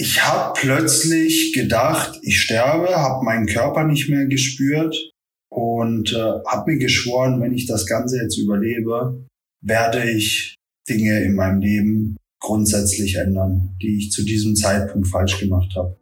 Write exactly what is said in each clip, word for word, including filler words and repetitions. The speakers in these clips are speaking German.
Ich habe plötzlich gedacht, ich sterbe, habe meinen Körper nicht mehr gespürt und äh, habe mir geschworen, wenn ich das Ganze jetzt überlebe, werde ich Dinge in meinem Leben grundsätzlich ändern, die ich zu diesem Zeitpunkt falsch gemacht habe.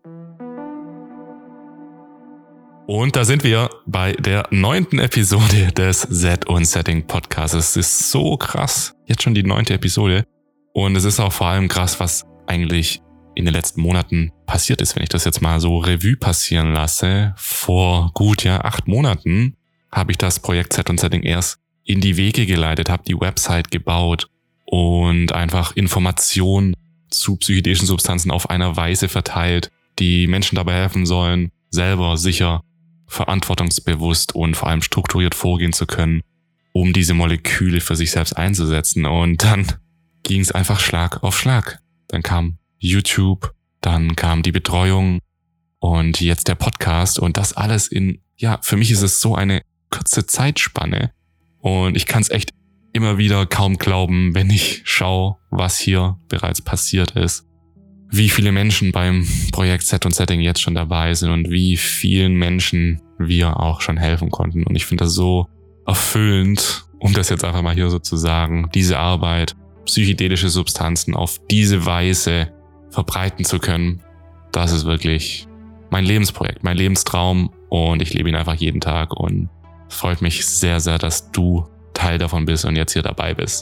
Und da sind wir bei der neunten Episode des Set und Setting Podcasts. Es ist so krass, jetzt schon die neunte Episode. Und es ist auch vor allem krass, was eigentlich in den letzten Monaten passiert ist, wenn ich das jetzt mal so Revue passieren lasse. Vor gut ja acht Monaten habe ich das Projekt Set und Setting erst in die Wege geleitet, habe die Website gebaut und einfach Informationen zu psychedelischen Substanzen auf einer Weise verteilt, die Menschen dabei helfen sollen, selber sicher, verantwortungsbewusst und vor allem strukturiert vorgehen zu können, um diese Moleküle für sich selbst einzusetzen. Und dann ging es einfach Schlag auf Schlag. Dann kam YouTube, dann kam die Betreuung und jetzt der Podcast und das alles in, ja, für mich ist es so eine kurze Zeitspanne und ich kann es echt immer wieder kaum glauben, wenn ich schaue, was hier bereits passiert ist, wie viele Menschen beim Projekt Set und Setting jetzt schon dabei sind und wie vielen Menschen wir auch schon helfen konnten. Und ich finde das so erfüllend, um das jetzt einfach mal hier so zu sagen, diese Arbeit, psychedelische Substanzen auf diese Weise verbreiten zu können, das ist wirklich mein Lebensprojekt, mein Lebenstraum und ich lebe ihn einfach jeden Tag und es freut mich sehr, sehr, dass du Teil davon bist und jetzt hier dabei bist.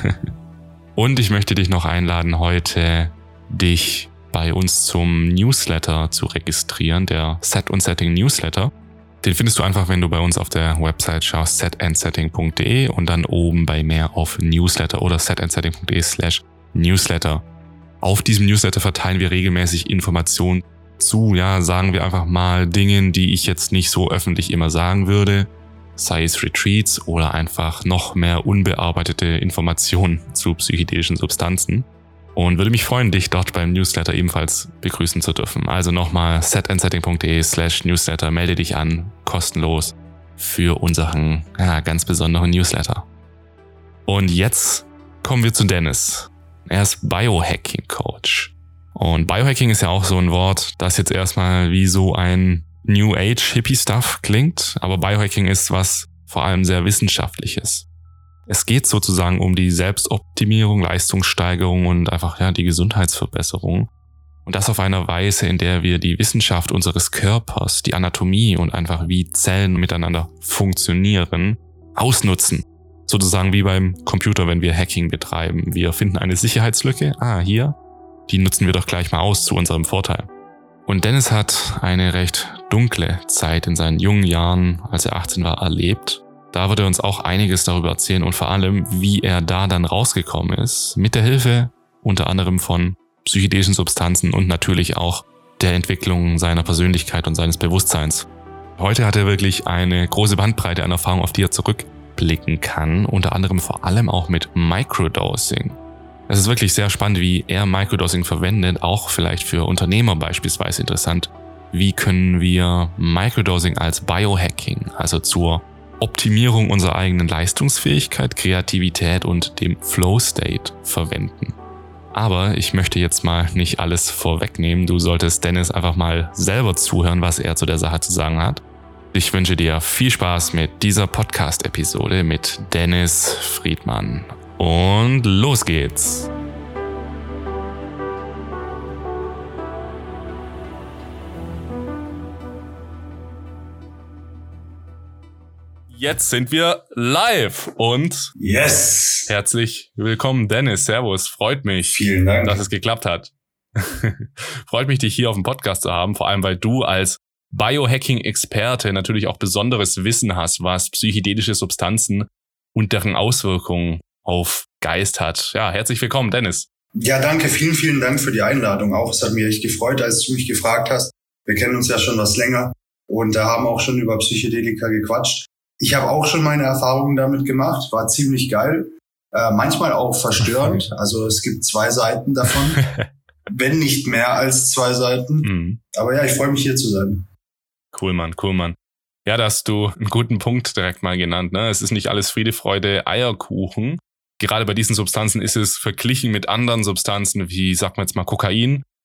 Und ich möchte dich noch einladen, heute dich bei uns zum Newsletter zu registrieren, der Set und Setting Newsletter. Den findest du einfach, wenn du bei uns auf der Website schaust, set and setting punkt de und dann oben bei mehr auf Newsletter oder set and setting punkt de slash Newsletter. Auf diesem Newsletter verteilen wir regelmäßig Informationen zu, ja, sagen wir einfach mal Dingen, die ich jetzt nicht so öffentlich immer sagen würde, sei es Retreats oder einfach noch mehr unbearbeitete Informationen zu psychedelischen Substanzen. Und würde mich freuen, dich dort beim Newsletter ebenfalls begrüßen zu dürfen. Also nochmal set and setting punkt de slash Newsletter, melde dich an, kostenlos für unseren ja, ganz besonderen Newsletter. Und jetzt kommen wir zu Dennis. Er ist Biohacking-Coach. Und Biohacking ist ja auch so ein Wort, das jetzt erstmal wie so ein New Age Hippie-Stuff klingt. Aber Biohacking ist was vor allem sehr Wissenschaftliches. Es geht sozusagen um die Selbstoptimierung, Leistungssteigerung und einfach ja die Gesundheitsverbesserung. Und das auf einer Weise, in der wir die Wissenschaft unseres Körpers, die Anatomie und einfach wie Zellen miteinander funktionieren, ausnutzen. Sozusagen wie beim Computer, wenn wir Hacking betreiben. Wir finden eine Sicherheitslücke, ah hier, die nutzen wir doch gleich mal aus zu unserem Vorteil. Und Dennis hat eine recht dunkle Zeit in seinen jungen Jahren, als er achtzehn war, erlebt. Da wird er uns auch einiges darüber erzählen und vor allem, wie er da dann rausgekommen ist, mit der Hilfe unter anderem von psychedelischen Substanzen und natürlich auch der Entwicklung seiner Persönlichkeit und seines Bewusstseins. Heute hat er wirklich eine große Bandbreite an Erfahrung, auf die er zurückblicken kann, unter anderem vor allem auch mit Microdosing. Es ist wirklich sehr spannend, wie er Microdosing verwendet, auch vielleicht für Unternehmer beispielsweise interessant. Wie können wir Microdosing als Biohacking, also zur Optimierung unserer eigenen Leistungsfähigkeit, Kreativität und dem Flow-State verwenden. Aber ich möchte jetzt mal nicht alles vorwegnehmen. Du solltest Dennis einfach mal selber zuhören, was er zu der Sache zu sagen hat. Ich wünsche dir viel Spaß mit dieser Podcast-Episode mit Dennis Friedmann. Und los geht's! Jetzt sind wir live und yes! Herzlich willkommen, Dennis. Servus, freut mich, Vielen Dank, dass es geklappt hat. Freut mich, dich hier auf dem Podcast zu haben, vor allem weil du als Biohacking-Experte natürlich auch besonderes Wissen hast, was psychedelische Substanzen und deren Auswirkungen auf Geist hat. Ja, herzlich willkommen, Dennis. Ja, danke, vielen, vielen Dank für die Einladung auch. Es hat mich echt gefreut, als du mich gefragt hast. Wir kennen uns ja schon was länger und da haben auch schon über Psychedelika gequatscht. Ich habe auch schon meine Erfahrungen damit gemacht, war ziemlich geil, äh, manchmal auch verstörend. Also es gibt zwei Seiten davon, wenn nicht mehr als zwei Seiten. Mhm. Aber ja, ich freue mich hier zu sein. Cool, Mann, cool, Mann. Ja, da hast du einen guten Punkt direkt mal genannt. Ne? Es ist nicht alles Friede, Freude, Eierkuchen. Gerade bei diesen Substanzen ist es verglichen mit anderen Substanzen wie, sag mal jetzt mal, Kokain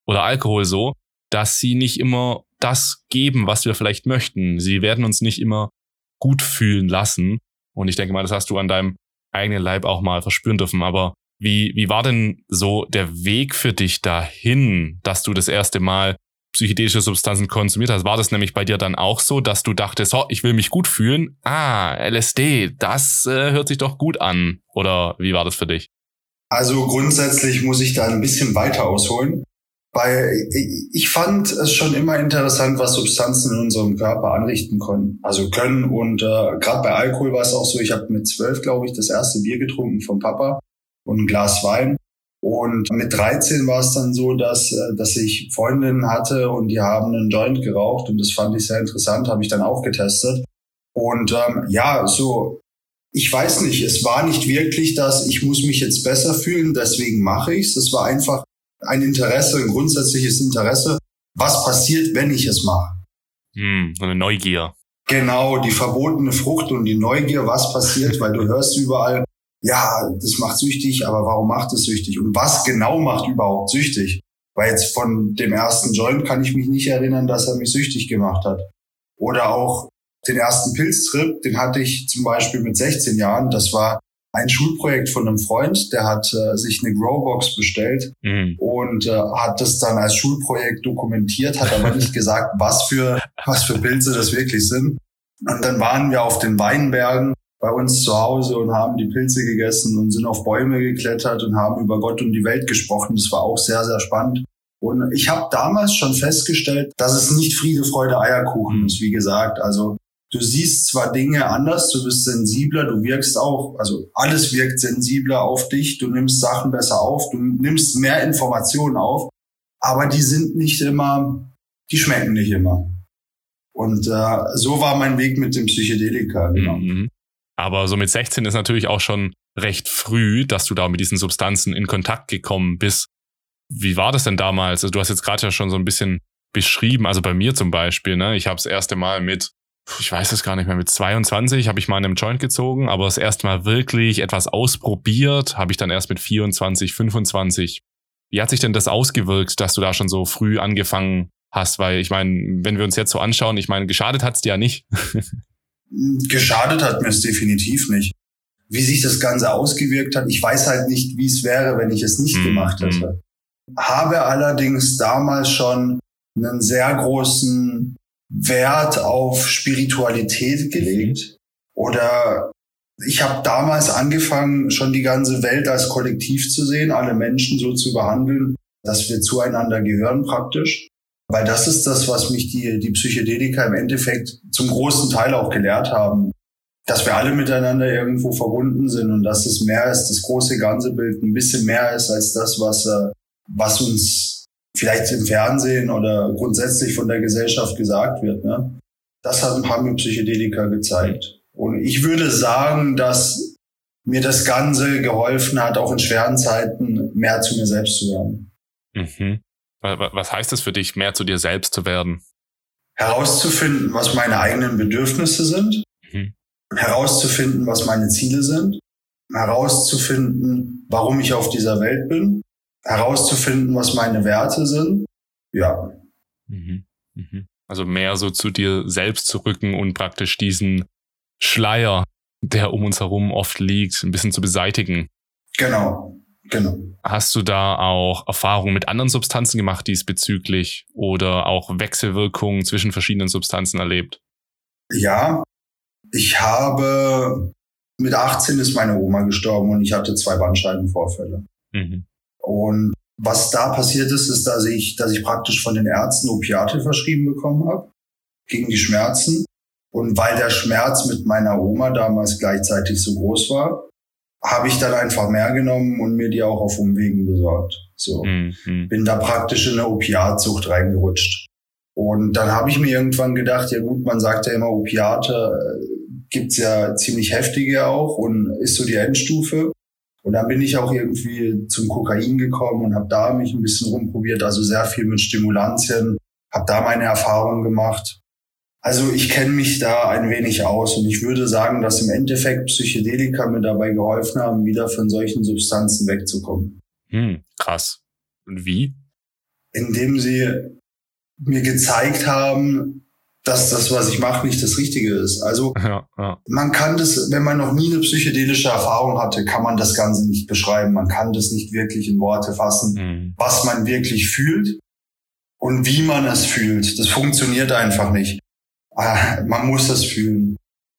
oder Alkohol so, dass sie nicht immer das geben, was wir vielleicht möchten. Sie werden uns nicht immer gut fühlen lassen. Und ich denke mal, das hast du an deinem eigenen Leib auch mal verspüren dürfen. Aber wie, wie war denn so der Weg für dich dahin, dass du das erste Mal psychedelische Substanzen konsumiert hast? War das nämlich bei dir dann auch so, dass du dachtest, oh, ich will mich gut fühlen? Ah, L S D, das äh, hört sich doch gut an. Oder wie war das für dich? Also grundsätzlich muss ich da ein bisschen weiter ausholen, weil ich fand es schon immer interessant, was Substanzen in unserem Körper anrichten können. Also können und äh, gerade bei Alkohol war es auch so, ich habe mit zwölf, glaube ich, das erste Bier getrunken vom Papa und ein Glas Wein. Und mit dreizehn war es dann so, dass dass ich Freundinnen hatte und die haben einen Joint geraucht und das fand ich sehr interessant, habe ich dann auch getestet. Und ähm, ja, so, ich weiß nicht, es war nicht wirklich das, ich muss mich jetzt besser fühlen, deswegen mache ich es. Es war einfach ein Interesse, ein grundsätzliches Interesse, was passiert, wenn ich es mache. Hm, so eine Neugier. Genau, die verbotene Frucht und die Neugier, was passiert, weil du hörst überall, ja, das macht süchtig, aber warum macht es süchtig? Und was genau macht überhaupt süchtig? Weil jetzt von dem ersten Joint kann ich mich nicht erinnern, dass er mich süchtig gemacht hat. Oder auch den ersten Pilztrip, den hatte ich zum Beispiel mit sechzehn Jahren. Das war ein Schulprojekt von einem Freund, der hat äh, sich eine Growbox bestellt mhm. und äh, hat das dann als Schulprojekt dokumentiert, hat aber nicht gesagt, was für, was für Pilze das wirklich sind. Und dann waren wir auf den Weinbergen bei uns zu Hause und haben die Pilze gegessen und sind auf Bäume geklettert und haben über Gott und die Welt gesprochen. Das war auch sehr, sehr spannend. Und ich habe damals schon festgestellt, dass es nicht Friede, Freude, Eierkuchen ist, wie gesagt. Also du siehst zwar Dinge anders, du bist sensibler, du wirkst auch, also alles wirkt sensibler auf dich, du nimmst Sachen besser auf, du nimmst mehr Informationen auf, aber die sind nicht immer, die schmecken nicht immer. Und äh, so war mein Weg mit dem Psychedelika, genau. Mhm. Aber so mit sechzehn ist natürlich auch schon recht früh, dass du da mit diesen Substanzen in Kontakt gekommen bist. Wie war das denn damals? Also du hast jetzt gerade ja schon so ein bisschen beschrieben, also bei mir zum Beispiel, ne, ich habe das erste Mal mit, ich weiß es gar nicht mehr, mit zweiundzwanzig habe ich mal in einem Joint gezogen, aber das erste Mal wirklich etwas ausprobiert, habe ich dann erst mit vierundzwanzig, fünfundzwanzig. Wie hat sich denn das ausgewirkt, dass du da schon so früh angefangen hast? Weil ich meine, wenn wir uns jetzt so anschauen, ich meine, geschadet hat's dir ja nicht. Geschadet hat mir es definitiv nicht. Wie sich das Ganze ausgewirkt hat, ich weiß halt nicht, wie es wäre, wenn ich es nicht mm, gemacht hätte. Mm. Habe allerdings damals schon einen sehr großen Wert auf Spiritualität gelegt. Oder ich habe damals angefangen, schon die ganze Welt als Kollektiv zu sehen, alle Menschen so zu behandeln, dass wir zueinander gehören praktisch. Weil das ist das, was mich die, die Psychedelika im Endeffekt zum großen Teil auch gelehrt haben. Dass wir alle miteinander irgendwo verbunden sind und dass es mehr ist, das große ganze Bild ein bisschen mehr ist als das, was, was uns vielleicht im Fernsehen oder grundsätzlich von der Gesellschaft gesagt wird. Ne? Das haben, haben mir Psychedelika gezeigt. Und ich würde sagen, dass mir das Ganze geholfen hat, auch in schweren Zeiten mehr zu mir selbst zu werden. Mhm. Was heißt es für dich, mehr zu dir selbst zu werden? Herauszufinden, was meine eigenen Bedürfnisse sind, mhm. herauszufinden, was meine Ziele sind, herauszufinden, warum ich auf dieser Welt bin, herauszufinden, was meine Werte sind. Ja. Mhm. Mhm. Also mehr so zu dir selbst zu rücken und praktisch diesen Schleier, der um uns herum oft liegt, ein bisschen zu beseitigen. Genau. Genau. Hast du da auch Erfahrungen mit anderen Substanzen gemacht diesbezüglich oder auch Wechselwirkungen zwischen verschiedenen Substanzen erlebt? Ja, ich habe, mit achtzehn ist meine Oma gestorben und ich hatte zwei Bandscheibenvorfälle. Mhm. Und was da passiert ist, ist, dass ich, dass ich praktisch von den Ärzten Opiate verschrieben bekommen habe gegen die Schmerzen. Und weil der Schmerz mit meiner Oma damals gleichzeitig so groß war, habe ich dann einfach mehr genommen und mir die auch auf Umwegen besorgt. So, mhm. Bin da praktisch in eine Opiatsucht reingerutscht. Und dann habe ich mir irgendwann gedacht, ja gut, man sagt ja immer, Opiate äh, gibt's ja ziemlich heftige auch und ist so die Endstufe. Und dann bin ich auch irgendwie zum Kokain gekommen und habe da mich ein bisschen rumprobiert, also sehr viel mit Stimulantien, habe da meine Erfahrungen gemacht. Also ich kenne mich da ein wenig aus und ich würde sagen, dass im Endeffekt Psychedelika mir dabei geholfen haben, wieder von solchen Substanzen wegzukommen. Hm, krass. Und wie? indem sie mir gezeigt haben, dass das, was ich mache, nicht das Richtige ist. Also ja, ja. Man kann das, wenn man noch nie eine psychedelische Erfahrung hatte, kann man das Ganze nicht beschreiben. Man kann das nicht wirklich in Worte fassen, mhm. was man wirklich fühlt und wie man es fühlt. Das funktioniert einfach nicht. Man muss es fühlen,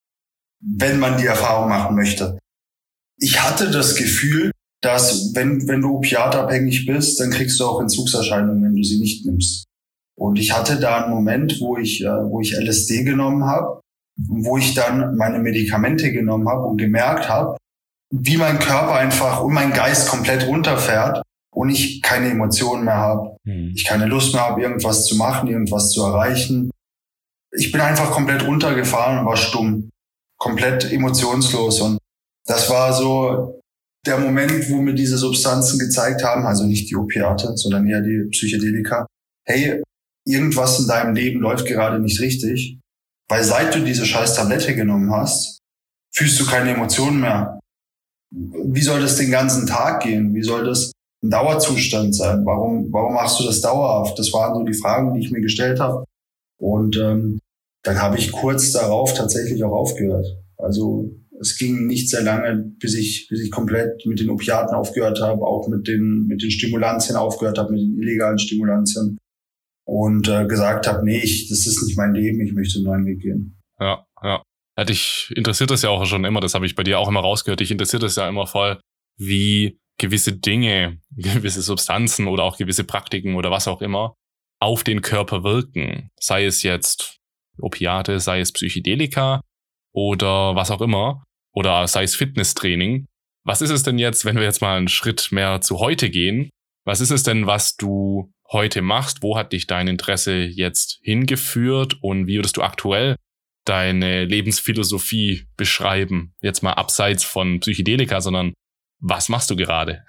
wenn man die Erfahrung machen möchte. Ich hatte das Gefühl, dass wenn, wenn du opiatabhängig bist, dann kriegst du auch Entzugserscheinungen, wenn du sie nicht nimmst. Und ich hatte da einen Moment, wo ich, wo ich L S D genommen habe, wo ich dann meine Medikamente genommen habe und gemerkt habe, wie mein Körper einfach und mein Geist komplett runterfährt und ich keine Emotionen mehr habe. Mhm. Ich keine Lust mehr habe, irgendwas zu machen, irgendwas zu erreichen. Ich bin einfach komplett runtergefahren und war stumm, komplett emotionslos. Und das war so der Moment, wo mir diese Substanzen gezeigt haben, also nicht die Opiate, sondern eher die Psychedelika. Hey, irgendwas in deinem Leben läuft gerade nicht richtig, weil seit du diese scheiß Tablette genommen hast, fühlst du keine Emotionen mehr. Wie soll das den ganzen Tag gehen? Wie soll das ein Dauerzustand sein? Warum, warum machst du das dauerhaft? Das waren so die Fragen, die ich mir gestellt habe. Und ähm, dann habe ich kurz darauf tatsächlich auch aufgehört. Also es ging nicht sehr lange, bis ich, bis ich komplett mit den Opiaten aufgehört habe, auch mit den, mit den Stimulantien aufgehört habe, mit den illegalen Stimulantien. Und äh, gesagt habe, nee, ich, das ist nicht mein Leben, ich möchte einen neuen Weg gehen. Ja, ja. Ja, dich interessiert das ja auch schon immer, das habe ich bei dir auch immer rausgehört, dich interessiert das ja immer voll, wie gewisse Dinge, gewisse Substanzen oder auch gewisse Praktiken oder was auch immer auf den Körper wirken. Sei es jetzt Opiate, sei es Psychedelika oder was auch immer. Oder sei es Fitnesstraining. Was ist es denn jetzt, wenn wir jetzt mal einen Schritt mehr zu heute gehen? Was ist es denn, was du heute machst? Wo hat dich dein Interesse jetzt hingeführt und wie würdest du aktuell deine Lebensphilosophie beschreiben? Jetzt mal abseits von Psychedelika, sondern was machst du gerade?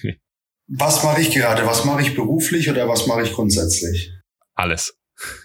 Was mache ich gerade? Was mache ich beruflich oder was mache ich grundsätzlich? Alles.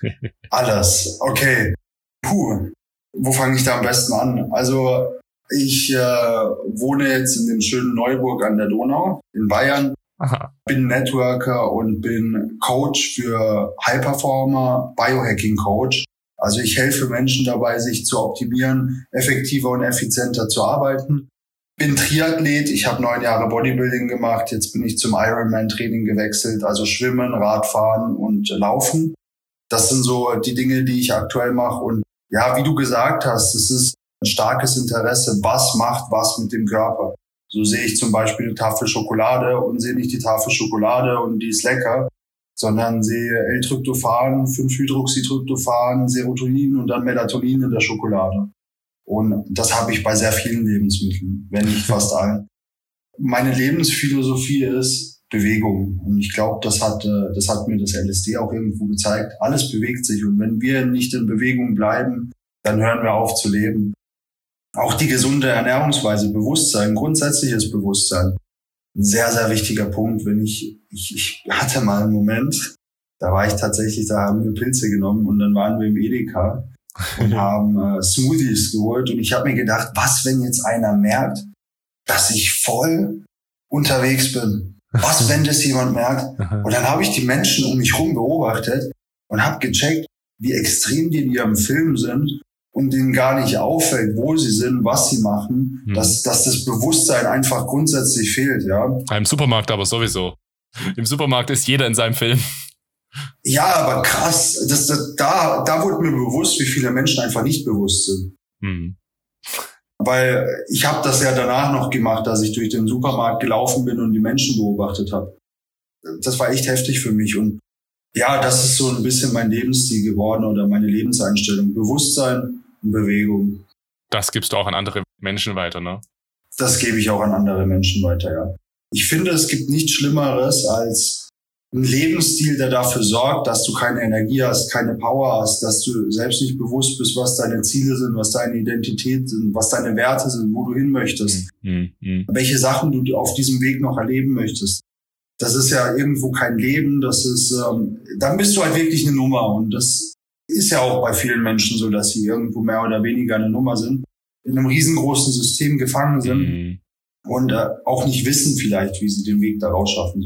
Alles, okay. Puh, wo fange ich da am besten an? Also ich äh, wohne jetzt in dem schönen Neuburg an der Donau in Bayern. Aha. Bin Networker und bin Coach für High-Performer, Biohacking-Coach. Also ich helfe Menschen dabei, sich zu optimieren, effektiver und effizienter zu arbeiten. Bin Triathlet, ich habe neun Jahre Bodybuilding gemacht, jetzt bin ich zum Ironman-Training gewechselt, also Schwimmen, Radfahren und Laufen. Das sind so die Dinge, die ich aktuell mache. Und ja, wie du gesagt hast, es ist ein starkes Interesse, was macht was mit dem Körper. So sehe ich zum Beispiel eine Tafel Schokolade und sehe nicht die Tafel Schokolade und die ist lecker, sondern sehe L-Tryptophan, fünf Hydroxytryptophan, Serotonin und dann Melatonin in der Schokolade. Und das habe ich bei sehr vielen Lebensmitteln, wenn nicht fast allen. Meine Lebensphilosophie ist Bewegung. Und ich glaube, das hat, das hat mir das L S D auch irgendwo gezeigt. Alles bewegt sich. Und wenn wir nicht in Bewegung bleiben, dann hören wir auf zu leben. Auch die gesunde Ernährungsweise, Bewusstsein, grundsätzliches Bewusstsein. Ein sehr, sehr wichtiger Punkt. Wenn ich, ich, ich hatte mal einen Moment, da war ich tatsächlich, da haben wir Pilze genommen und dann waren wir im Edeka und haben äh, Smoothies geholt. Und ich habe mir gedacht, was, wenn jetzt einer merkt, dass ich voll unterwegs bin? Was, wenn das jemand merkt? Und dann habe ich die Menschen um mich herum beobachtet und habe gecheckt, wie extrem die in ihrem Film sind und denen gar nicht auffällt, wo sie sind, was sie machen, hm. dass, dass das Bewusstsein einfach grundsätzlich fehlt. Ja. Im Supermarkt aber sowieso. Im Supermarkt ist jeder in seinem Film. Ja, aber krass. Das, das, da, da wurde mir bewusst, wie viele Menschen einfach nicht bewusst sind. Hm. Weil ich habe das ja danach noch gemacht, dass ich durch den Supermarkt gelaufen bin und die Menschen beobachtet habe. Das war echt heftig für mich. Und ja, das ist so ein bisschen mein Lebensstil geworden oder meine Lebenseinstellung. Bewusstsein und Bewegung. Das gibst du auch an andere Menschen weiter, ne? Das gebe ich auch an andere Menschen weiter, ja. Ich finde, es gibt nichts Schlimmeres als ein Lebensstil, der dafür sorgt, dass du keine Energie hast, keine Power hast, dass du selbst nicht bewusst bist, was deine Ziele sind, was deine Identität sind, was deine Werte sind, wo du hin möchtest, mhm. Mhm. welche Sachen du auf diesem Weg noch erleben möchtest. Das ist ja irgendwo kein Leben, das ist, ähm, dann bist du halt wirklich eine Nummer und das ist ja auch bei vielen Menschen so, dass sie irgendwo mehr oder weniger eine Nummer sind, in einem riesengroßen System gefangen sind mhm. und äh, auch nicht wissen vielleicht, wie sie den Weg da rausschaffen sollen.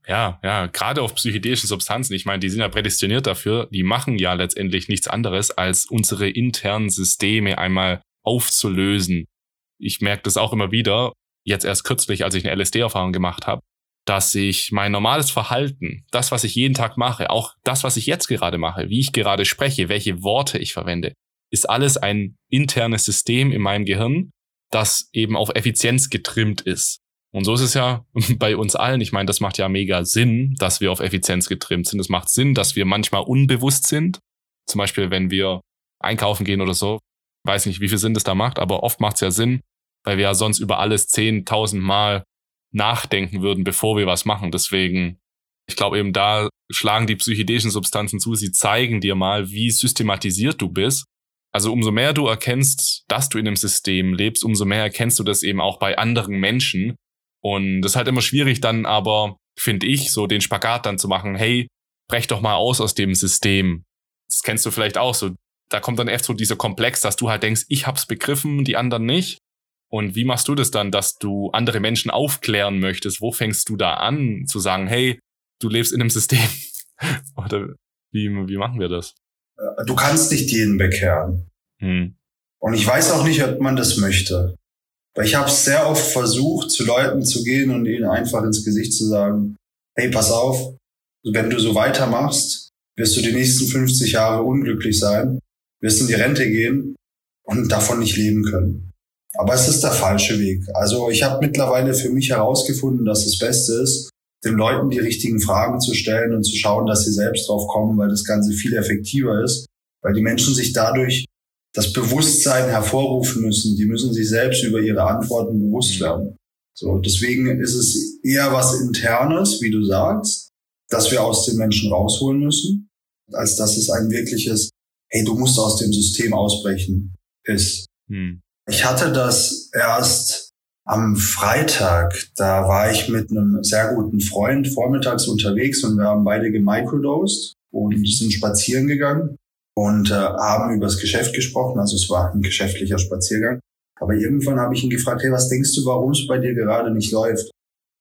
Ja, ja, gerade auf psychedelische Substanzen. Ich meine, die sind ja prädestiniert dafür. Die machen ja letztendlich nichts anderes, als unsere internen Systeme einmal aufzulösen. Ich merke das auch immer wieder, jetzt erst kürzlich, als ich eine L S D-Erfahrung gemacht habe, dass ich mein normales Verhalten, das, was ich jeden Tag mache, auch das, was ich jetzt gerade mache, wie ich gerade spreche, welche Worte ich verwende, ist alles ein internes System in meinem Gehirn, das eben auf Effizienz getrimmt ist. Und so ist es ja bei uns allen. Ich meine, das macht ja mega Sinn, dass wir auf Effizienz getrimmt sind. Es macht Sinn, dass wir manchmal unbewusst sind. Zum Beispiel, wenn wir einkaufen gehen oder so. Weiß nicht, wie viel Sinn das da macht, aber oft macht es ja Sinn, weil wir ja sonst über alles zehntausend Mal nachdenken würden, bevor wir was machen. Deswegen, ich glaube eben, da schlagen die psychedelischen Substanzen zu. Sie zeigen dir mal, wie systematisiert du bist. Also umso mehr du erkennst, dass du in einem System lebst, umso mehr erkennst du das eben auch bei anderen Menschen. Und das ist halt immer schwierig dann aber, finde ich, so den Spagat dann zu machen, hey, brech doch mal aus aus dem System. Das kennst du vielleicht auch so. Da kommt dann echt so dieser Komplex, dass du halt denkst, ich hab's begriffen, die anderen nicht. Und wie machst du das dann, dass du andere Menschen aufklären möchtest? Wo fängst du da an zu sagen, hey, du lebst in einem System? Oder wie, wie machen wir das? Du kannst nicht jeden bekehren. Hm. Und ich weiß auch nicht, ob man das möchte. Weil ich habe es sehr oft versucht, zu Leuten zu gehen und ihnen einfach ins Gesicht zu sagen, hey, pass auf, wenn du so weitermachst, wirst du die nächsten fünfzig Jahre unglücklich sein, wirst in die Rente gehen und davon nicht leben können. Aber es ist der falsche Weg. Also ich habe mittlerweile für mich herausgefunden, dass das Beste ist, den Leuten die richtigen Fragen zu stellen und zu schauen, dass sie selbst drauf kommen, weil das Ganze viel effektiver ist, weil die Menschen sich dadurch das Bewusstsein hervorrufen müssen. Die müssen sich selbst über ihre Antworten bewusst werden. So, deswegen ist es eher was Internes, wie du sagst, dass wir aus den Menschen rausholen müssen, als dass es ein wirkliches, hey, du musst aus dem System ausbrechen, ist. Hm. Ich hatte das erst am Freitag, da war ich mit einem sehr guten Freund vormittags unterwegs und wir haben beide gemicrodosed und sind spazieren gegangen und äh, haben über das Geschäft gesprochen, also es war ein geschäftlicher Spaziergang. Aber irgendwann habe ich ihn gefragt, hey, was denkst du, warum es bei dir gerade nicht läuft?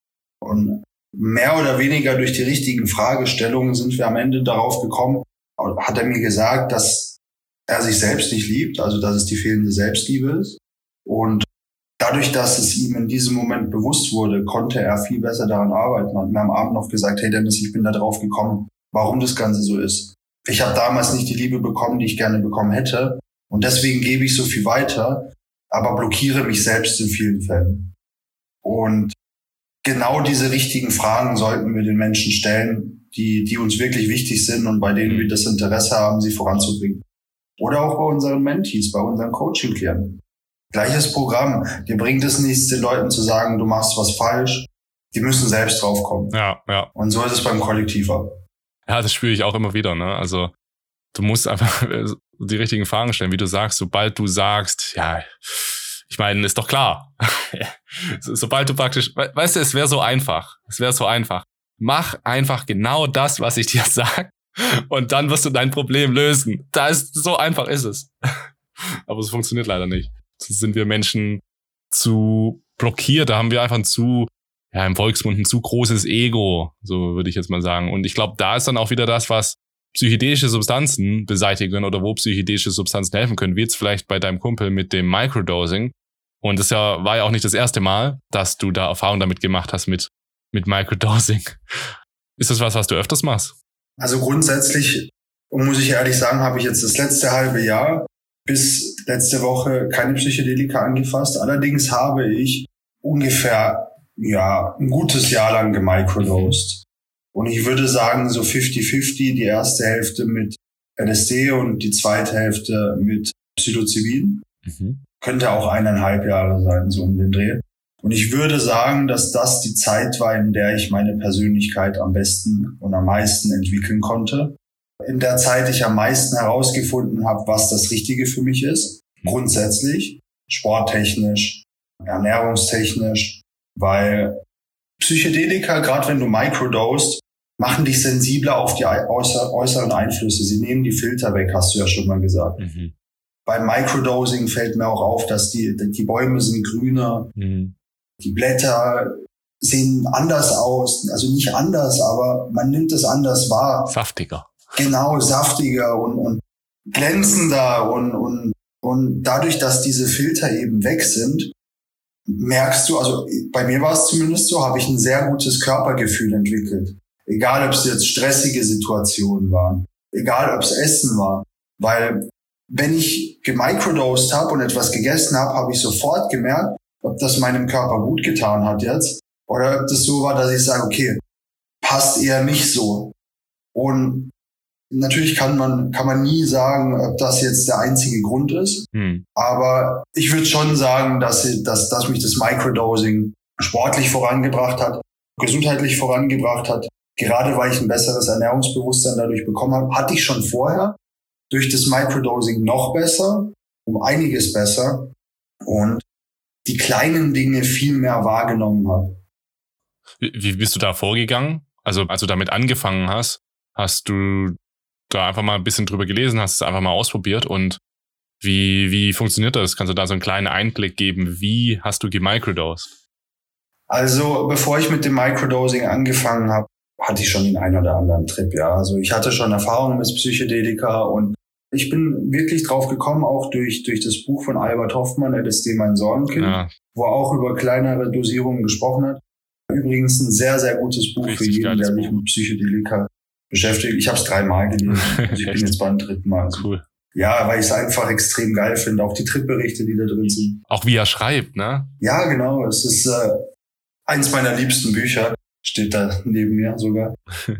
Und mehr oder weniger durch die richtigen Fragestellungen sind wir am Ende darauf gekommen, hat er mir gesagt, dass er sich selbst nicht liebt, also dass es die fehlende Selbstliebe ist. Und dadurch, dass es ihm in diesem Moment bewusst wurde, konnte er viel besser daran arbeiten. Und mir am Abend noch gesagt, hey Dennis, ich bin da drauf gekommen, warum das Ganze so ist. Ich habe damals nicht die Liebe bekommen, die ich gerne bekommen hätte. Und deswegen gebe ich so viel weiter, aber blockiere mich selbst in vielen Fällen. Und genau diese richtigen Fragen sollten wir den Menschen stellen, die, die uns wirklich wichtig sind und bei denen wir das Interesse haben, sie voranzubringen. Oder auch bei unseren Mentees, bei unseren Coaching-Klienten. Gleiches Programm. Dir bringt es nichts, den Leuten zu sagen, du machst was falsch. Die müssen selbst draufkommen. Ja, ja. Und so ist es beim Kollektiv auch. Ja, das spüre ich auch immer wieder, ne? Also, du musst einfach die richtigen Fragen stellen, wie du sagst. Sobald du sagst, ja, ich meine, ist doch klar. Sobald du praktisch, weißt du, es wäre so einfach. Es wäre so einfach. Mach einfach genau das, was ich dir sag. Und dann wirst du dein Problem lösen. Da ist, so einfach ist es. Aber es funktioniert leider nicht. So sind wir Menschen zu blockiert. Da haben wir einfach ein zu, ja, im Volksmund ein zu großes Ego. So würde ich jetzt mal sagen. Und ich glaube, da ist dann auch wieder das, was psychedelische Substanzen beseitigen oder wo psychedelische Substanzen helfen können. Wie jetzt vielleicht bei deinem Kumpel mit dem Microdosing. Und das ja, war ja auch nicht das erste Mal, dass du da Erfahrung damit gemacht hast mit, mit Microdosing. Ist das was, was du öfters machst? Also grundsätzlich, muss ich ehrlich sagen, habe ich jetzt das letzte halbe Jahr bis letzte Woche keine Psychedelika angefasst. Allerdings habe ich ungefähr ja ein gutes Jahr lang gemicrodosed. Und ich würde sagen, so fifty fifty, die erste Hälfte mit L S D und die zweite Hälfte mit Psilocybin. Mhm. Könnte auch eineinhalb Jahre sein, so um den Dreh. Und ich würde sagen, dass das die Zeit war, in der ich meine Persönlichkeit am besten und am meisten entwickeln konnte. In der Zeit ich am meisten herausgefunden habe, was das Richtige für mich ist. Grundsätzlich, sporttechnisch, ernährungstechnisch, weil Psychedelika, gerade wenn du microdosed, machen dich sensibler auf die äußer- äußeren Einflüsse. Sie nehmen die Filter weg, hast du ja schon mal gesagt. Mhm. Beim Microdosing fällt mir auch auf, dass die, die Bäume sind grüner. Mhm. Die Blätter sehen anders aus. Also nicht anders, aber man nimmt es anders wahr. Saftiger. Genau, saftiger und, und glänzender und, und, und dadurch, dass diese Filter eben weg sind, merkst du, also bei mir war es zumindest so, habe ich ein sehr gutes Körpergefühl entwickelt. Egal, ob es jetzt stressige Situationen waren, egal, ob es Essen war. Weil wenn ich gemicrodosed habe und etwas gegessen habe, habe ich sofort gemerkt, ob das meinem Körper gut getan hat jetzt oder ob das so war, dass ich sage, okay, passt eher nicht so. Und natürlich kann man kann man nie sagen, ob das jetzt der einzige Grund ist. Hm. Aber ich würde schon sagen, dass, dass, dass mich das Microdosing sportlich vorangebracht hat, gesundheitlich vorangebracht hat. Gerade weil ich ein besseres Ernährungsbewusstsein dadurch bekommen habe, hatte ich schon vorher. Durch das Microdosing noch besser, um einiges besser. Und die kleinen Dinge viel mehr wahrgenommen habe. Wie, wie bist du da vorgegangen? Also als du damit angefangen hast, hast du da einfach mal ein bisschen drüber gelesen, hast es einfach mal ausprobiert und wie, wie funktioniert das? Kannst du da so einen kleinen Einblick geben? Wie hast du gemicrodosed? Also bevor ich mit dem Microdosing angefangen habe, hatte ich schon den einen oder anderen Trip, ja. Also ich hatte schon Erfahrungen mit Psychedelika und ich bin wirklich drauf gekommen, auch durch durch das Buch von Albert Hoffmann, L S D, mein Sorgenkind, ja, wo er auch über kleinere Dosierungen gesprochen hat. Übrigens ein sehr, sehr gutes Buch Richtig für jeden, der sich Buch. mit Psychedelika beschäftigt. Ich habe es dreimal gelesen. Also ich bin jetzt beim dritten Mal. Also, cool. Ja, weil ich es einfach extrem geil finde. Auch die Tripberichte, die da drin sind. Auch wie er schreibt, ne? Ja, genau. Es ist äh, eins meiner liebsten Bücher. Steht da neben mir sogar.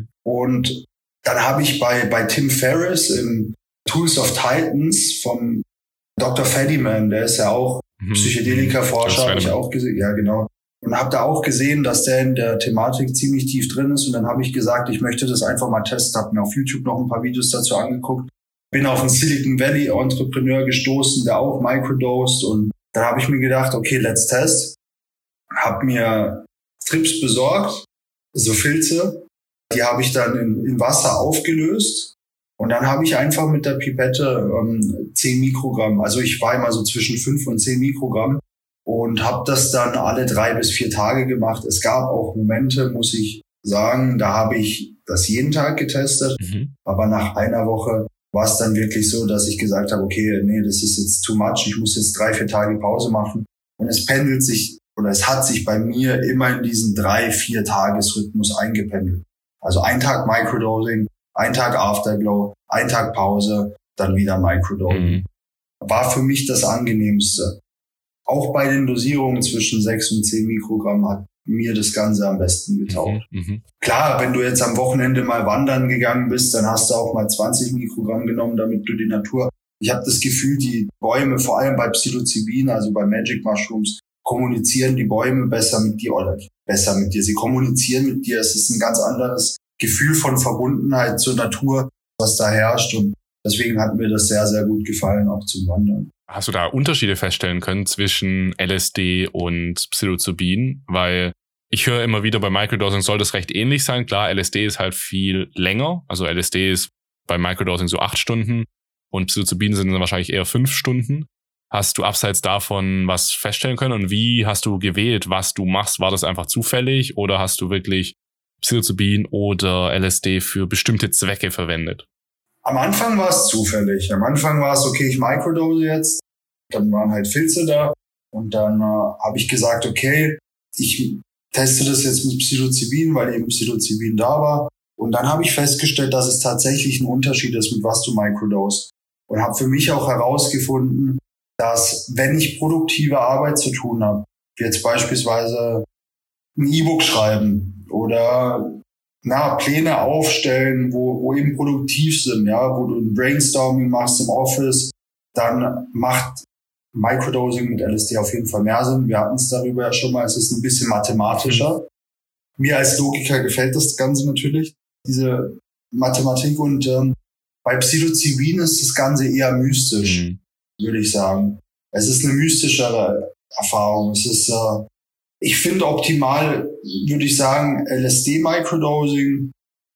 Und dann habe ich bei bei Tim Ferriss im Tools of Titans vom Doktor Fadiman, der ist ja auch mhm. Psychedelika-Forscher, habe ich auch gesehen. Ja, genau. Und habe da auch gesehen, dass der in der Thematik ziemlich tief drin ist. Und dann habe ich gesagt, ich möchte das einfach mal testen. Habe mir auf YouTube noch ein paar Videos dazu angeguckt. Bin auf einen Silicon Valley Entrepreneur gestoßen, der auch microdosed. Und dann habe ich mir gedacht, okay, let's test. Habe mir Trips besorgt, so Filze. Die habe ich dann in, in Wasser aufgelöst. Und dann habe ich einfach mit der Pipette ähm, zehn Mikrogramm, also ich war immer so zwischen fünf und zehn Mikrogramm und habe das dann alle drei bis vier Tage gemacht. Es gab auch Momente, muss ich sagen, da habe ich das jeden Tag getestet, mhm. aber nach einer Woche war es dann wirklich so, dass ich gesagt habe, okay, nee, das ist jetzt too much, ich muss jetzt drei, vier Tage Pause machen. Und es pendelt sich, oder es hat sich bei mir immer in diesen drei, vier Tagesrhythmus eingependelt. Also ein Tag Microdosing, ein Tag Afterglow, ein Tag Pause, dann wieder Microdosing. Mhm. War für mich das Angenehmste. Auch bei den Dosierungen zwischen sechs und zehn Mikrogramm hat mir das Ganze am besten getaugt. Mhm. Klar, wenn du jetzt am Wochenende mal wandern gegangen bist, dann hast du auch mal zwanzig Mikrogramm genommen, damit du die Natur... Ich habe das Gefühl, die Bäume, vor allem bei Psilocybin, also bei Magic Mushrooms, kommunizieren die Bäume besser mit dir oder besser mit dir. Sie kommunizieren mit dir. Es ist ein ganz anderes Gefühl von Verbundenheit zur Natur, was da herrscht. Und deswegen hat mir das sehr, sehr gut gefallen, auch zum Wandern. Hast du da Unterschiede feststellen können zwischen L S D und Psilocybin? Weil ich höre immer wieder, bei Microdosing soll das recht ähnlich sein. Klar, L S D ist halt viel länger. Also L S D ist bei Microdosing so acht Stunden und Psilocybin sind dann wahrscheinlich eher fünf Stunden. Hast du abseits davon was feststellen können? Und wie hast du gewählt, was du machst? War das einfach zufällig oder hast du wirklich Psilocybin oder L S D für bestimmte Zwecke verwendet? Am Anfang war es zufällig. Am Anfang war es, okay, ich microdose jetzt. Dann waren halt Filze da. Und dann äh, habe ich gesagt, okay, ich teste das jetzt mit Psilocybin, weil eben Psilocybin da war. Und dann habe ich festgestellt, dass es tatsächlich ein Unterschied ist, mit was du microdose. Und habe für mich auch herausgefunden, dass wenn ich produktive Arbeit zu tun habe, wie jetzt beispielsweise ein E-Book schreiben oder na, Pläne aufstellen, wo, wo eben produktiv sind, ja, wo du ein Brainstorming machst im Office, dann macht Microdosing mit L S D auf jeden Fall mehr Sinn. Wir hatten es darüber ja schon mal, es ist ein bisschen mathematischer. Mir als Logiker gefällt das Ganze natürlich, diese Mathematik. Und ähm, bei Psilocybin ist das Ganze eher mystisch, mhm. würde ich sagen. Es ist eine mystischere Erfahrung. Es ist, äh, ich finde optimal, würde ich sagen, L S D-Microdosing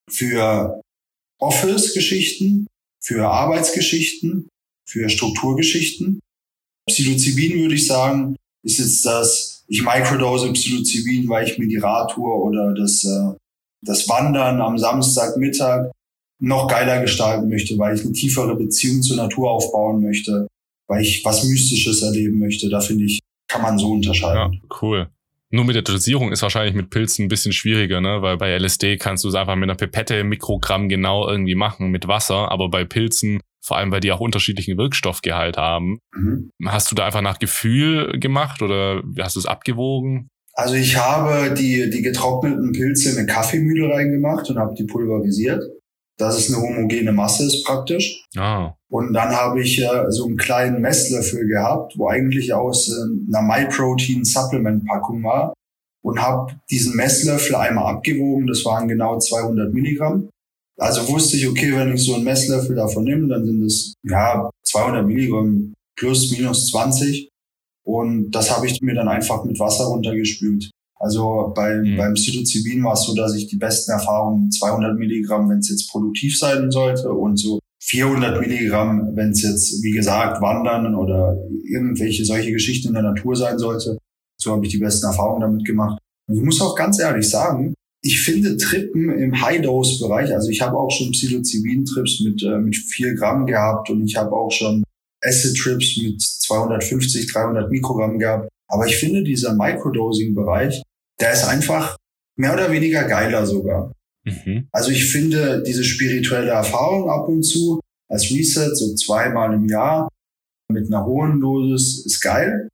für Office-Geschichten, für Arbeitsgeschichten, für Strukturgeschichten. Psilocybin, würde ich sagen, ist jetzt das, ich microdose Psilocybin, weil ich mir die Radtour oder das, äh, das Wandern am Samstagmittag noch geiler gestalten möchte, weil ich eine tiefere Beziehung zur Natur aufbauen möchte, weil ich was Mystisches erleben möchte. Da finde ich, kann man so unterscheiden. Ja, cool. Nur mit der Dosierung ist wahrscheinlich mit Pilzen ein bisschen schwieriger, ne? Weil bei L S D kannst du es einfach mit einer Pipette Mikrogramm genau irgendwie machen mit Wasser, aber bei Pilzen, vor allem weil die auch unterschiedlichen Wirkstoffgehalt haben, mhm. hast du da einfach nach Gefühl gemacht oder hast du es abgewogen? Also ich habe die die getrockneten Pilze in eine Kaffeemühle reingemacht und habe die pulverisiert, dass es eine homogene Masse ist praktisch. Ah. Und dann habe ich äh, so einen kleinen Messlöffel gehabt, wo eigentlich aus äh, einer MyProtein-Supplement-Packung war und habe diesen Messlöffel einmal abgewogen. Das waren genau zweihundert Milligramm. Also wusste ich, okay, wenn ich so einen Messlöffel davon nehme, dann sind es ja zweihundert Milligramm plus minus zwanzig. Und das habe ich mir dann einfach mit Wasser runtergespült. Also bei, mhm. beim Psilocybin war es so, dass ich die besten Erfahrungen mit zweihundert Milligramm, wenn es jetzt produktiv sein sollte, und so vierhundert Milligramm, wenn es jetzt, wie gesagt, Wandern oder irgendwelche solche Geschichten in der Natur sein sollte. So habe ich die besten Erfahrungen damit gemacht. Und ich muss auch ganz ehrlich sagen, ich finde Trippen im High-Dose-Bereich, also ich habe auch schon Psilocybin-Trips mit, äh, mit vier Gramm gehabt und ich habe auch schon Acid-Trips mit zweihundertfünfzig, dreihundert Mikrogramm gehabt. Aber ich finde, dieser Microdosing-Bereich, der ist einfach mehr oder weniger geiler sogar. Mhm. Also ich finde diese spirituelle Erfahrung ab und zu als Reset, so zweimal im Jahr mit einer hohen Dosis, ist geil.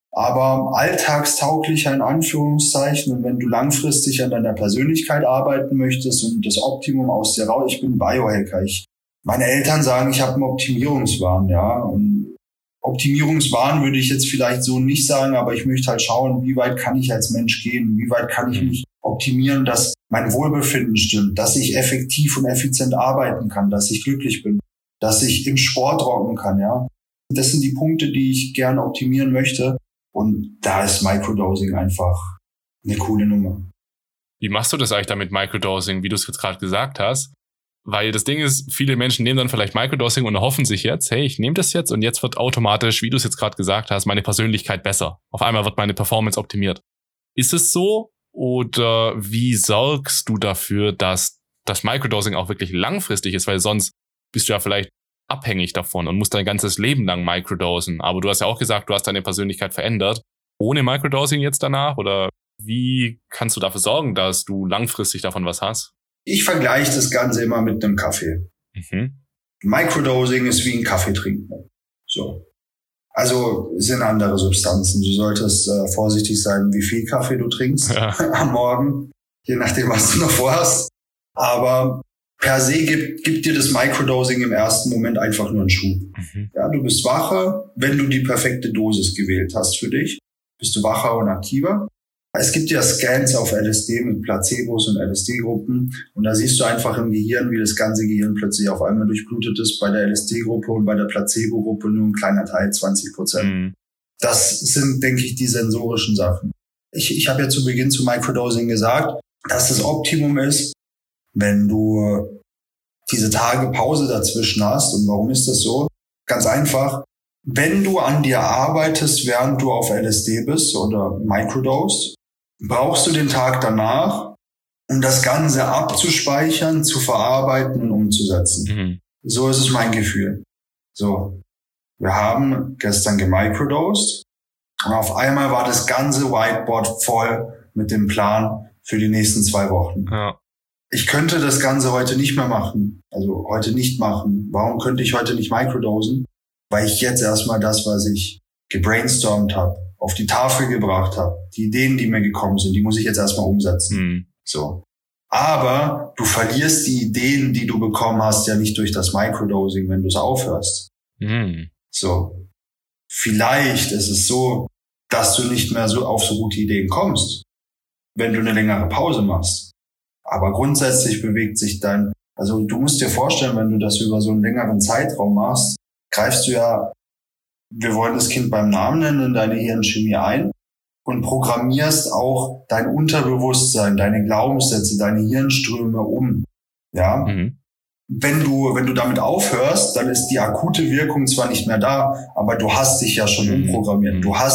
Aber alltagstauglicher in Anführungszeichen, und wenn du langfristig an deiner Persönlichkeit arbeiten möchtest und das Optimum aus dir raus, ich bin Biohacker. Ich, meine Eltern sagen, ich habe einen Optimierungswahn, ja. Und Optimierungswahn würde ich jetzt vielleicht so nicht sagen, aber ich möchte halt schauen, wie weit kann ich als Mensch gehen, wie weit kann ich mich optimieren, dass mein Wohlbefinden stimmt, dass ich effektiv und effizient arbeiten kann, dass ich glücklich bin, dass ich im Sport rocken kann, ja. Das sind die Punkte, die ich gerne optimieren möchte. Und da ist Microdosing einfach eine coole Nummer. Wie machst du das eigentlich dann mit Microdosing, wie du es jetzt gerade gesagt hast? Weil das Ding ist, viele Menschen nehmen dann vielleicht Microdosing und erhoffen sich jetzt, hey, ich nehme das jetzt und jetzt wird automatisch, wie du es jetzt gerade gesagt hast, meine Persönlichkeit besser. Auf einmal wird meine Performance optimiert. Ist es so? Oder wie sorgst du dafür, dass das Microdosing auch wirklich langfristig ist? Weil sonst bist du ja vielleicht abhängig davon und musst dein ganzes Leben lang microdosen. Aber du hast ja auch gesagt, du hast deine Persönlichkeit verändert. Ohne Microdosing jetzt danach? Oder wie kannst du dafür sorgen, dass du langfristig davon was hast? Ich vergleiche das Ganze immer mit einem Kaffee. Mhm. Microdosing ist wie ein Kaffee trinken. So. Also es sind andere Substanzen. Du solltest äh, vorsichtig sein, wie viel Kaffee du trinkst ja. am Morgen, je nachdem, was du noch vorhast. Aber per se gibt, gibt dir das Microdosing im ersten Moment einfach nur einen Schub. Mhm. Ja, du bist wacher, wenn du die perfekte Dosis gewählt hast für dich, bist du wacher und aktiver. Es gibt ja Scans auf L S D mit Placebos und L S D-Gruppen und da siehst du einfach im Gehirn, wie das ganze Gehirn plötzlich auf einmal durchblutet ist, bei der L S D-Gruppe und bei der Placebo-Gruppe nur ein kleiner Teil, zwanzig Prozent. Mhm. Das sind, denke ich, die sensorischen Sachen. Ich, ich habe ja zu Beginn zu Microdosing gesagt, dass das Optimum ist, wenn du diese Tage Pause dazwischen hast. Und warum ist das so? Ganz einfach. Wenn du an dir arbeitest, während du auf L S D bist oder Microdose, brauchst du den Tag danach, um das Ganze abzuspeichern, zu verarbeiten und umzusetzen. Mhm. So ist es mein Gefühl. So. Wir haben gestern gemicrodosed und auf einmal war das ganze Whiteboard voll mit dem Plan für die nächsten zwei Wochen. Ja. Ich könnte das Ganze heute nicht mehr machen. Also heute nicht machen. Warum könnte ich heute nicht microdosen? Weil ich jetzt erstmal das, was ich gebrainstormt habe, auf die Tafel gebracht habe, die Ideen, die mir gekommen sind, die muss ich jetzt erstmal umsetzen. Mhm. So. Aber du verlierst die Ideen, die du bekommen hast, ja nicht durch das Microdosing, wenn du es aufhörst. Mhm. So. Vielleicht ist es so, dass du nicht mehr so auf so gute Ideen kommst, wenn du eine längere Pause machst. Aber grundsätzlich bewegt sich dein, also du musst dir vorstellen, wenn du das über so einen längeren Zeitraum machst, greifst du ja, wir wollen das Kind beim Namen nennen, in deine Hirnchemie ein und programmierst auch dein Unterbewusstsein, deine Glaubenssätze, deine Hirnströme um. Ja. Mhm. Wenn du, wenn du damit aufhörst, dann ist die akute Wirkung zwar nicht mehr da, aber du hast dich ja schon umprogrammiert. Du hast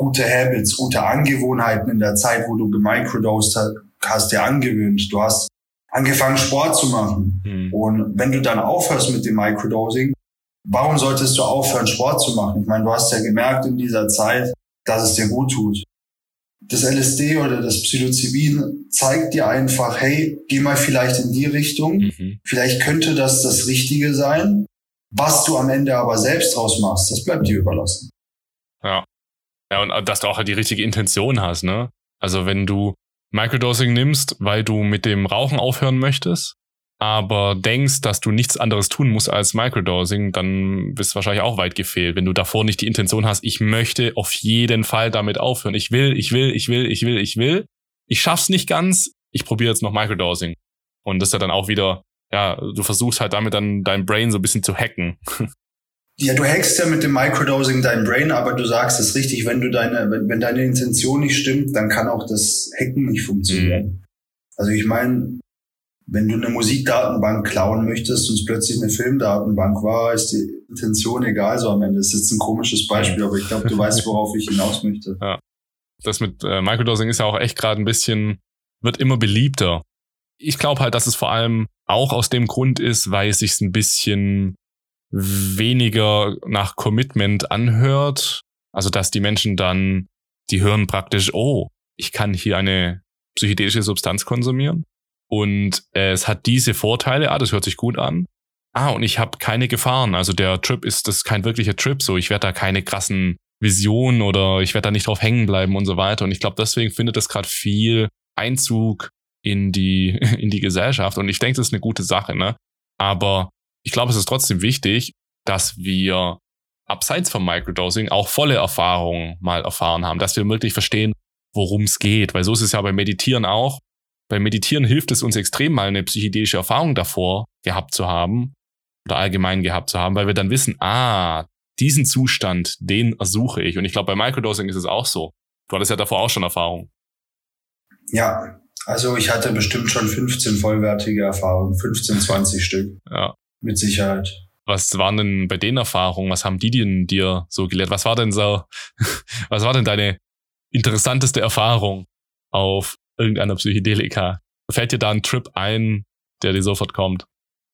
gute Habits, gute Angewohnheiten in der Zeit, wo du gemicrodosed hast, hast dir angewöhnt. Du hast angefangen, Sport zu machen. Mhm. Und wenn du dann aufhörst mit dem Microdosing, warum solltest du aufhören, Sport zu machen? Ich meine, du hast ja gemerkt in dieser Zeit, dass es dir gut tut. Das L S D oder das Psilocybin zeigt dir einfach, hey, geh mal vielleicht in die Richtung. Mhm. Vielleicht könnte das das Richtige sein. Was du am Ende aber selbst draus machst, das bleibt dir überlassen. Ja. Ja, und dass du auch die richtige Intention hast, ne? Also wenn du Microdosing nimmst, weil du mit dem Rauchen aufhören möchtest, aber denkst, dass du nichts anderes tun musst als Microdosing, dann bist du wahrscheinlich auch weit gefehlt. Wenn du davor nicht die Intention hast, ich möchte auf jeden Fall damit aufhören. Ich will, ich will, ich will, ich will, ich will. Ich schaff's nicht ganz. Ich probiere jetzt noch Microdosing. Und das ist ja dann auch wieder, ja, du versuchst halt damit dann dein Brain so ein bisschen zu hacken. Ja, du hackst ja mit dem Microdosing dein Brain, aber du sagst es richtig, wenn du deine, wenn, wenn deine Intention nicht stimmt, dann kann auch das Hacken nicht funktionieren. Mhm. Also ich meine, wenn du eine Musikdatenbank klauen möchtest und es plötzlich eine Filmdatenbank war, ist die Intention egal so am Ende. Das ist jetzt ein komisches Beispiel, aber ich glaube, du weißt, worauf ich hinaus möchte. Ja. Das mit äh, Microdosing ist ja auch echt gerade ein bisschen, wird immer beliebter. Ich glaube halt, dass es vor allem auch aus dem Grund ist, weil es sich ein bisschen weniger nach Commitment anhört. Also, dass die Menschen dann, die hören praktisch, oh, ich kann hier eine psychedelische Substanz konsumieren. Und äh, es hat diese Vorteile, ah, das hört sich gut an. Ah, und ich habe keine Gefahren. Also der Trip ist, das ist kein wirklicher Trip. So, ich werde da keine krassen Visionen oder ich werde da nicht drauf hängen bleiben und so weiter. Und ich glaube, deswegen findet das gerade viel Einzug in die in die Gesellschaft. Und ich denke, das ist eine gute Sache, ne? Aber ich glaube, es ist trotzdem wichtig, dass wir abseits vom Microdosing auch volle Erfahrungen mal erfahren haben, dass wir wirklich verstehen, worum es geht. Weil so ist es ja beim Meditieren auch. Beim Meditieren hilft es uns extrem, mal eine psychedelische Erfahrung davor gehabt zu haben oder allgemein gehabt zu haben, weil wir dann wissen, ah, diesen Zustand, den ersuche ich. Und ich glaube, bei Microdosing ist es auch so. Du hattest ja davor auch schon Erfahrung. Ja, also ich hatte bestimmt schon fünfzehn vollwertige Erfahrungen, fünfzehn, zwanzig Stück. Ja. Mit Sicherheit. Was waren denn bei den Erfahrungen, was haben die denn dir so gelehrt? Was war denn so, was war denn deine interessanteste Erfahrung auf irgendeiner Psychedelika? Fällt dir da ein Trip ein, der dir sofort kommt?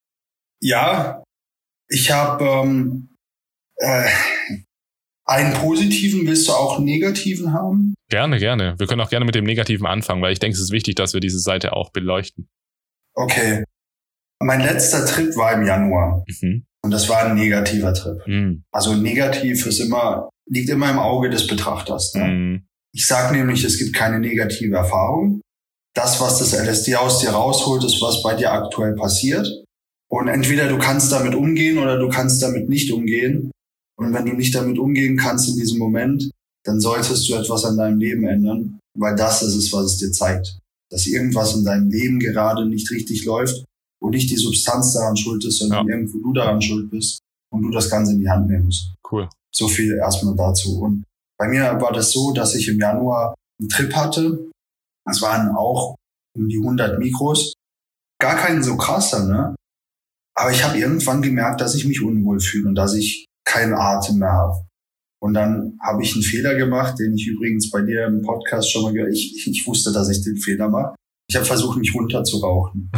Ja, ich habe ähm, äh, einen positiven, willst du auch einen negativen haben? Gerne, gerne. Wir können auch gerne mit dem Negativen anfangen, weil ich denke, es ist wichtig, dass wir diese Seite auch beleuchten. Okay. Mein letzter Trip war im Januar. Mhm. Und das war ein negativer Trip. Mhm. Also negativ ist immer, liegt immer im Auge des Betrachters. Ne? Mhm. Ich sage nämlich, es gibt keine negative Erfahrung. Das, was das L S D aus dir rausholt, ist, was bei dir aktuell passiert. Und entweder du kannst damit umgehen oder du kannst damit nicht umgehen. Und wenn du nicht damit umgehen kannst in diesem Moment, dann solltest du etwas an deinem Leben ändern, weil das ist es, was es dir zeigt. Dass irgendwas in deinem Leben gerade nicht richtig läuft, wo nicht die Substanz daran schuld ist, sondern ja. irgendwo du daran schuld bist und du das Ganze in die Hand nehmen musst. Cool. So viel erstmal dazu. Und bei mir war das so, dass ich im Januar einen Trip hatte. Das waren auch um die hundert Mikros. Gar keinen so krasser, ne? Aber ich habe irgendwann gemerkt, dass ich mich unwohl fühle und dass ich keinen Atem mehr habe. Und dann habe ich einen Fehler gemacht, den ich übrigens bei dir im Podcast schon mal gehört habe. Ich, ich wusste, dass ich den Fehler mache. Ich habe versucht, mich runter zu rauchen.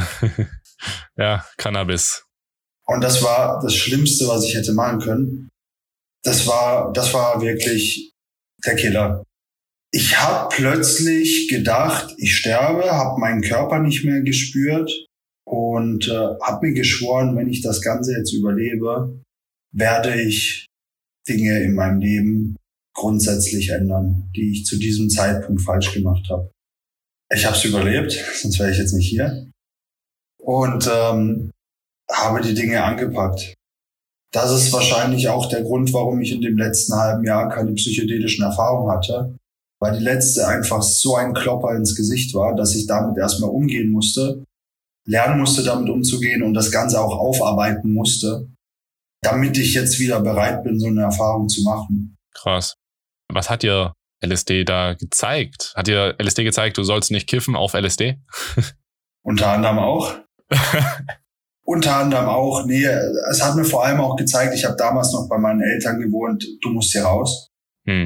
Ja, Cannabis. Und das war das Schlimmste, was ich hätte machen können. Das war, das war wirklich der Killer. Ich habe plötzlich gedacht, ich sterbe, habe meinen Körper nicht mehr gespürt und äh, habe mir geschworen, wenn ich das Ganze jetzt überlebe, werde ich Dinge in meinem Leben grundsätzlich ändern, die ich zu diesem Zeitpunkt falsch gemacht habe. Ich habe es überlebt, sonst wäre ich jetzt nicht hier. Und ähm, habe die Dinge angepackt. Das ist wahrscheinlich auch der Grund, warum ich in dem letzten halben Jahr keine psychedelischen Erfahrungen hatte, weil die letzte einfach so ein Klopper ins Gesicht war, dass ich damit erstmal umgehen musste, lernen musste, damit umzugehen und das Ganze auch aufarbeiten musste, damit ich jetzt wieder bereit bin, so eine Erfahrung zu machen. Krass. Was hat dir L S D da gezeigt? Hat dir L S D gezeigt, du sollst nicht kiffen auf L S D? Unter anderem auch. Unter anderem auch. Nee, es hat mir vor allem auch gezeigt, ich habe damals noch bei meinen Eltern gewohnt, du musst hier raus. Hm.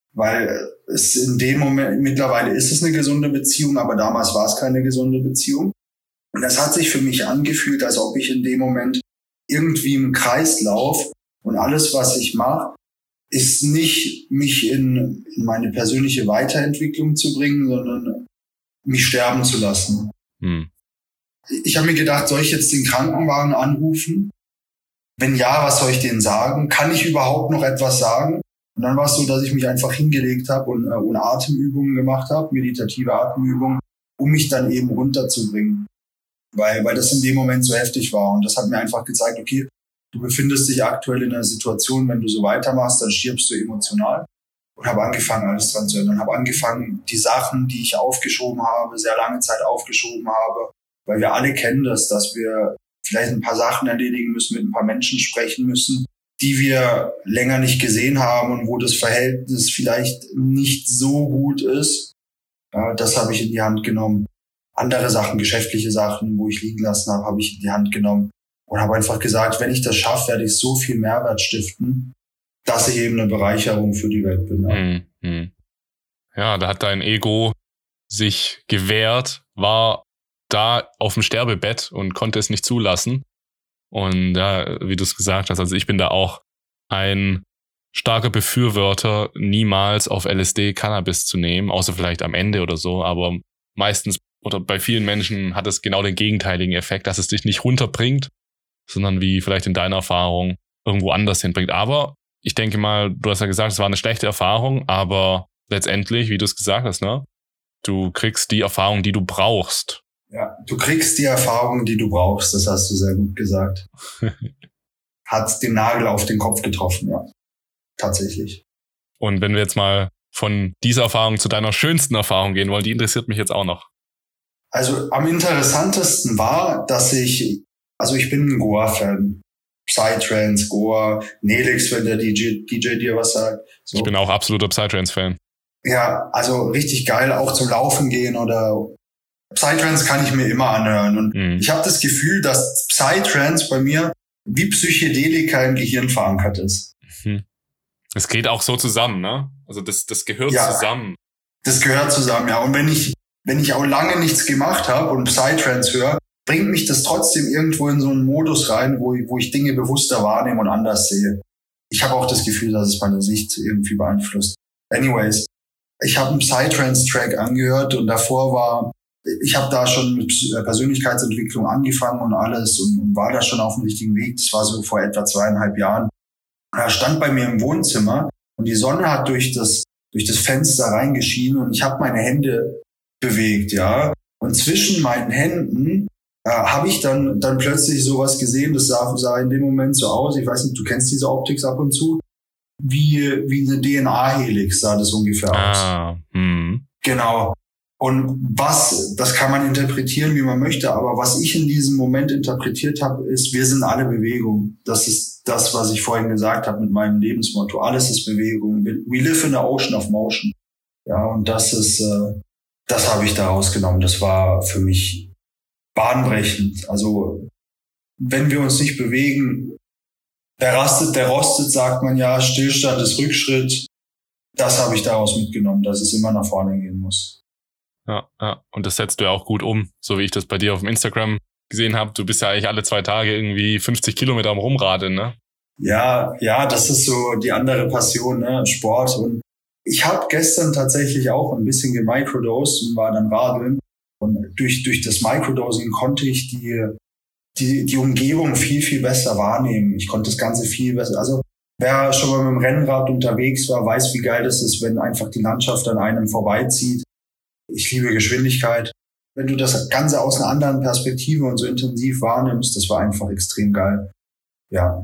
Weil es in dem Moment, mittlerweile ist es eine gesunde Beziehung, aber damals war es keine gesunde Beziehung. Und das hat sich für mich angefühlt, als ob ich in dem Moment irgendwie im Kreislauf und alles, was ich mache, ist nicht, mich in, in meine persönliche Weiterentwicklung zu bringen, sondern mich sterben zu lassen. Hm. Ich habe mir gedacht, soll ich jetzt den Krankenwagen anrufen? Wenn ja, was soll ich denen sagen? Kann ich überhaupt noch etwas sagen? Und dann war es so, dass ich mich einfach hingelegt habe und, äh, und Atemübungen gemacht habe, meditative Atemübungen, um mich dann eben runterzubringen. Weil, weil das in dem Moment so heftig war. Und das hat mir einfach gezeigt, okay, du befindest dich aktuell in einer Situation, wenn du so weitermachst, dann stirbst du emotional. Und habe angefangen, alles dran zu ändern. Habe angefangen, die Sachen, die ich aufgeschoben habe, sehr lange Zeit aufgeschoben habe, weil wir alle kennen das, dass wir vielleicht ein paar Sachen erledigen müssen, mit ein paar Menschen sprechen müssen, die wir länger nicht gesehen haben und wo das Verhältnis vielleicht nicht so gut ist. Ja, das habe ich in die Hand genommen. Andere Sachen, geschäftliche Sachen, wo ich liegen lassen habe, habe ich in die Hand genommen und habe einfach gesagt, wenn ich das schaffe, werde ich so viel Mehrwert stiften, dass ich eben eine Bereicherung für die Welt bin. Ja, mhm. Ja, da hat dein Ego sich gewehrt, war da auf dem Sterbebett und konnte es nicht zulassen. Und ja, wie du es gesagt hast, also ich bin da auch ein starker Befürworter, niemals auf L S D Cannabis zu nehmen, außer vielleicht am Ende oder so, aber meistens oder bei vielen Menschen hat es genau den gegenteiligen Effekt, dass es dich nicht runterbringt, sondern wie vielleicht in deiner Erfahrung irgendwo anders hinbringt. Aber ich denke mal, du hast ja gesagt, es war eine schlechte Erfahrung, aber letztendlich, wie du es gesagt hast, ne, du kriegst die Erfahrung, die du brauchst. Ja, du kriegst die Erfahrung, die du brauchst, das hast du sehr gut gesagt. Hat den Nagel auf den Kopf getroffen, ja. Tatsächlich. Und wenn wir jetzt mal von dieser Erfahrung zu deiner schönsten Erfahrung gehen wollen, die interessiert mich jetzt auch noch. Also am interessantesten war, dass ich, also ich bin ein Goa-Fan. Psytrance, Goa, Nelix, wenn der D J, D J dir was sagt. So. Ich bin auch absoluter Psytrance-Fan. Ja, also richtig geil, auch zum Laufen gehen oder Psytrance kann ich mir immer anhören. Und mhm. ich habe das Gefühl, dass Psytrance bei mir wie Psychedelika im Gehirn verankert ist. Mhm. Es geht auch so zusammen, ne? Also das, das gehört ja, zusammen. Das gehört zusammen, ja. Und wenn ich, wenn ich auch lange nichts gemacht habe und Psytrance höre, bringt mich das trotzdem irgendwo in so einen Modus rein, wo ich, wo ich Dinge bewusster wahrnehme und anders sehe. Ich habe auch das Gefühl, dass es meine Sicht irgendwie beeinflusst. Anyways, ich habe einen Psytrance-Track angehört und davor war, ich habe da schon mit Persönlichkeitsentwicklung angefangen und alles und, und war da schon auf dem richtigen Weg. Das war so vor etwa zweieinhalb Jahren. Er stand bei mir im Wohnzimmer und die Sonne hat durch das, durch das Fenster reingeschienen und ich habe meine Hände bewegt, ja. Und zwischen meinen Händen äh, habe ich dann dann plötzlich sowas gesehen, das sah, sah in dem Moment so aus, ich weiß nicht, du kennst diese Optik ab und zu, wie wie eine D N A-Helix sah das ungefähr aus. Ah, hm. Genau. Und was, das kann man interpretieren, wie man möchte, aber was ich in diesem Moment interpretiert habe, ist, wir sind alle Bewegung. Das ist das, was ich vorhin gesagt habe mit meinem Lebensmotto. Alles ist Bewegung. We live in a ocean of motion. Ja, und das ist, äh, das habe ich da rausgenommen. Das war für mich bahnbrechend. Also, wenn wir uns nicht bewegen, der rastet, der rostet, sagt man ja, Stillstand ist Rückschritt. Das habe ich daraus mitgenommen, dass es immer nach vorne gehen muss. Ja, ja, und das setzt du ja auch gut um, so wie ich das bei dir auf dem Instagram gesehen habe. Du bist ja eigentlich alle zwei Tage irgendwie fünfzig Kilometer am Rumradeln, ne? Ja, ja, das ist so die andere Passion, ne? Sport. Und ich habe gestern tatsächlich auch ein bisschen gemicrodosed und war dann radeln. Und durch durch das Microdosing konnte ich die die die Umgebung viel viel besser wahrnehmen. Ich konnte das Ganze viel besser. Also wer schon mal mit dem Rennrad unterwegs war, weiß, wie geil das ist, wenn einfach die Landschaft an einem vorbeizieht. Ich liebe Geschwindigkeit. Wenn du das Ganze aus einer anderen Perspektive und so intensiv wahrnimmst, das war einfach extrem geil. Ja.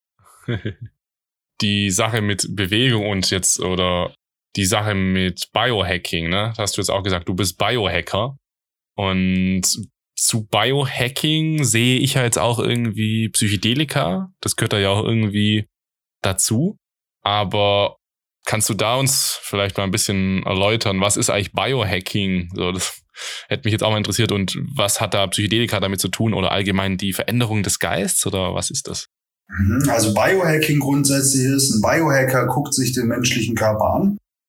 Die Sache mit Bewegung und jetzt, oder die Sache mit Biohacking, ne? Das hast du jetzt auch gesagt, du bist Biohacker. Und zu Biohacking sehe ich ja jetzt auch irgendwie Psychedelika. Das gehört da ja auch irgendwie dazu. Aber kannst du da uns vielleicht mal ein bisschen erläutern, was ist eigentlich Biohacking? So, das hätte mich jetzt auch mal interessiert. Und was hat da Psychedelika damit zu tun oder allgemein die Veränderung des Geistes oder was ist das? Also Biohacking grundsätzlich ist, ein Biohacker guckt sich den menschlichen Körper an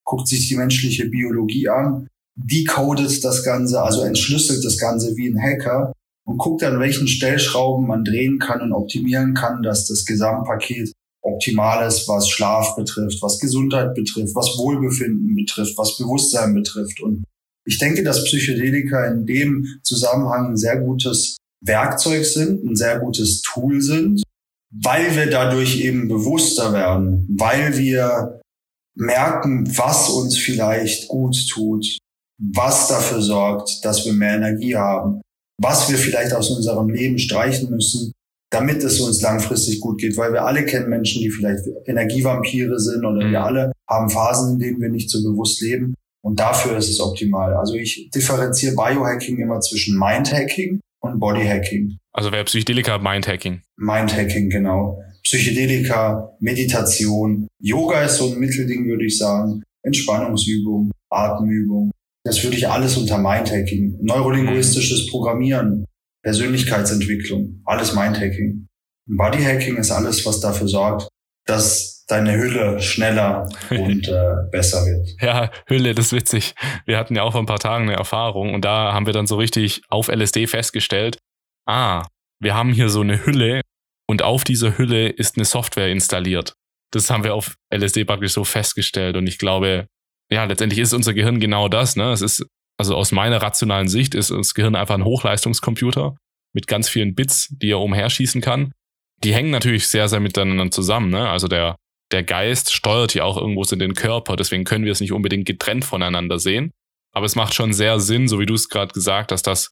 guckt sich die menschliche Biologie an, decodet das Ganze, also entschlüsselt das Ganze wie ein Hacker und guckt an welchen Stellschrauben man drehen kann und optimieren kann, dass das Gesamtpaket optimal ist, was Schlaf betrifft, was Gesundheit betrifft, was Wohlbefinden betrifft, was Bewusstsein betrifft. Und ich denke, dass Psychedelika in dem Zusammenhang ein sehr gutes Werkzeug sind, ein sehr gutes Tool sind, weil wir dadurch eben bewusster werden, weil wir merken, was uns vielleicht gut tut, was dafür sorgt, dass wir mehr Energie haben, was wir vielleicht aus unserem Leben streichen müssen, damit es uns langfristig gut geht, weil wir alle kennen Menschen, die vielleicht Energievampire sind oder wir alle haben Phasen, in denen wir nicht so bewusst leben und dafür ist es optimal. Also ich differenziere Biohacking immer zwischen Mindhacking und Bodyhacking. Also wäre Psychedelika Mindhacking? Mindhacking, genau. Psychedelika, Meditation, Yoga ist so ein Mittelding, würde ich sagen, Entspannungsübung, Atemübung. Das würde ich alles unter Mindhacking. Neurolinguistisches Programmieren, Persönlichkeitsentwicklung, alles Mindhacking. Bodyhacking ist alles, was dafür sorgt, dass deine Hülle schneller und äh, besser wird. Ja, Hülle, das ist witzig. Wir hatten ja auch vor ein paar Tagen eine Erfahrung und da haben wir dann so richtig auf L S D festgestellt, ah, wir haben hier so eine Hülle und auf dieser Hülle ist eine Software installiert. Das haben wir auf L S D praktisch so festgestellt und ich glaube, ja, letztendlich ist unser Gehirn genau das, ne? Es ist, also aus meiner rationalen Sicht ist das Gehirn einfach ein Hochleistungscomputer mit ganz vielen Bits, die er umherschießen kann. Die hängen natürlich sehr, sehr miteinander zusammen, ne? Also der, der Geist steuert ja auch irgendwo in den Körper, deswegen können wir es nicht unbedingt getrennt voneinander sehen. Aber es macht schon sehr Sinn, so wie du es gerade gesagt hast, dass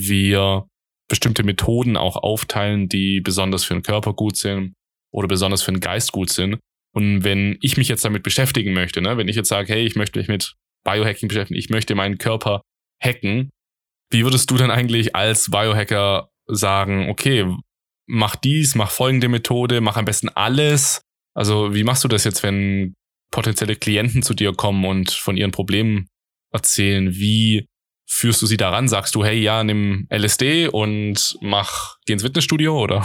wir bestimmte Methoden auch aufteilen, die besonders für den Körper gut sind oder besonders für den Geist gut sind. Und wenn ich mich jetzt damit beschäftigen möchte, ne, wenn ich jetzt sage, hey, ich möchte mich mit Biohacking beschäftigen, ich möchte meinen Körper hacken, wie würdest du denn eigentlich als Biohacker sagen, okay, mach dies, mach folgende Methode, mach am besten alles? Also wie machst du das jetzt, wenn potenzielle Klienten zu dir kommen und von ihren Problemen erzählen? Wie führst du sie daran? Sagst du, hey, ja, nimm L S D und mach, geh ins Fitnessstudio, oder?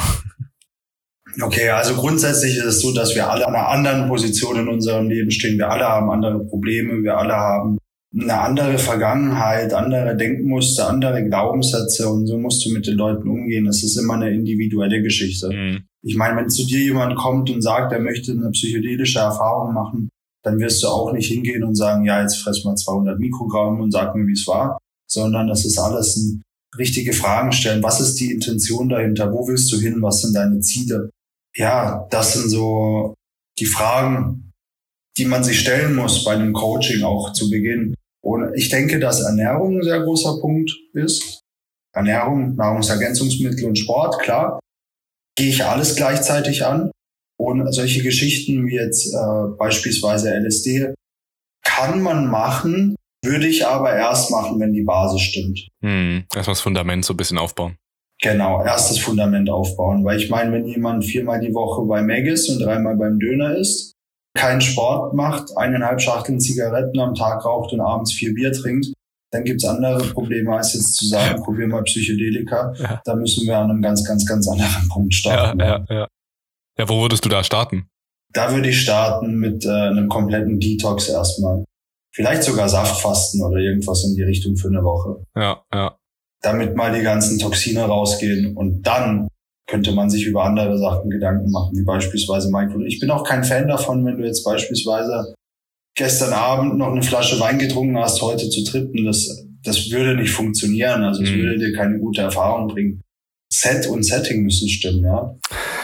Okay, also grundsätzlich ist es so, dass wir alle an einer anderen Position in unserem Leben stehen. Wir alle haben andere Probleme, wir alle haben eine andere Vergangenheit, andere Denkmuster, andere Glaubenssätze und so musst du mit den Leuten umgehen. Das ist immer eine individuelle Geschichte. Mhm. Ich meine, wenn zu dir jemand kommt und sagt, er möchte eine psychedelische Erfahrung machen, dann wirst du auch nicht hingehen und sagen, ja, jetzt fress mal zweihundert Mikrogramm und sag mir, wie es war, sondern das ist alles ein richtige Fragen stellen. Was ist die Intention dahinter? Wo willst du hin? Was sind deine Ziele? Ja, das sind so die Fragen, die man sich stellen muss bei einem Coaching auch zu Beginn. Und ich denke, dass Ernährung ein sehr großer Punkt ist. Ernährung, Nahrungsergänzungsmittel und Sport, klar, gehe ich alles gleichzeitig an. Und solche Geschichten wie jetzt äh, beispielsweise L S D kann man machen, würde ich aber erst machen, wenn die Basis stimmt. Hm, erstmal das Fundament so ein bisschen aufbauen. Genau, erst das Fundament aufbauen. Weil ich meine, wenn jemand viermal die Woche bei Mac ist und dreimal beim Döner isst, keinen Sport macht, eineinhalb Schachteln Zigaretten am Tag raucht und abends vier Bier trinkt, dann gibt's andere Probleme, als jetzt zu sagen, probier mal Psychedelika. Ja. Da müssen wir an einem ganz, ganz, ganz anderen Punkt starten. Ja, ja, ja. Ja, wo würdest du da starten? Da würde ich starten mit äh, einem kompletten Detox erstmal. Vielleicht sogar Saftfasten oder irgendwas in die Richtung für eine Woche. Ja, ja. Damit mal die ganzen Toxine rausgehen und dann könnte man sich über andere Sachen Gedanken machen, wie beispielsweise Micro. Ich bin auch kein Fan davon, wenn du jetzt beispielsweise gestern Abend noch eine Flasche Wein getrunken hast, heute zu trippen. Das, das würde nicht funktionieren. Also es mhm. würde dir keine gute Erfahrung bringen. Set und Setting müssen stimmen, ja.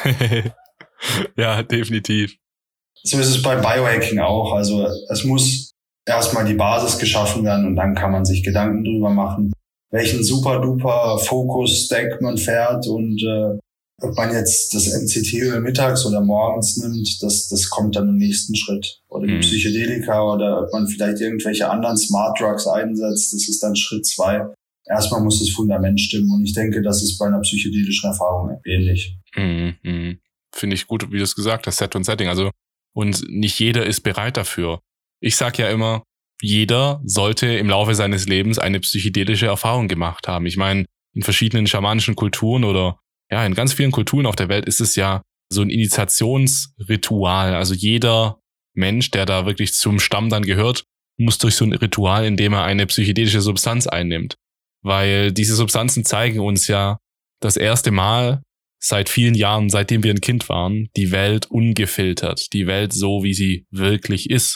Ja, definitiv. So ist es beim Biohacking auch. Also es muss erstmal die Basis geschaffen werden und dann kann man sich Gedanken drüber machen, welchen super-duper Fokus-Stack man fährt und äh, ob man jetzt das M C T mittags oder morgens nimmt, das das kommt dann im nächsten Schritt. Oder die mhm. Psychedelika oder ob man vielleicht irgendwelche anderen Smart Drugs einsetzt, das ist dann Schritt zwei. Erstmal muss das Fundament stimmen und ich denke, das ist bei einer psychedelischen Erfahrung ähnlich. Mhm. Mhm. Finde ich gut, wie du es gesagt hast, Set und Setting. Also und nicht jeder ist bereit dafür. Ich sag ja immer, jeder sollte im Laufe seines Lebens eine psychedelische Erfahrung gemacht haben. Ich meine, in verschiedenen schamanischen Kulturen oder ja, in ganz vielen Kulturen auf der Welt ist es ja so ein Initiationsritual. Also jeder Mensch, der da wirklich zum Stamm dann gehört, muss durch so ein Ritual, in dem er eine psychedelische Substanz einnimmt. Weil diese Substanzen zeigen uns ja das erste Mal seit vielen Jahren, seitdem wir ein Kind waren, die Welt ungefiltert, die Welt so, wie sie wirklich ist.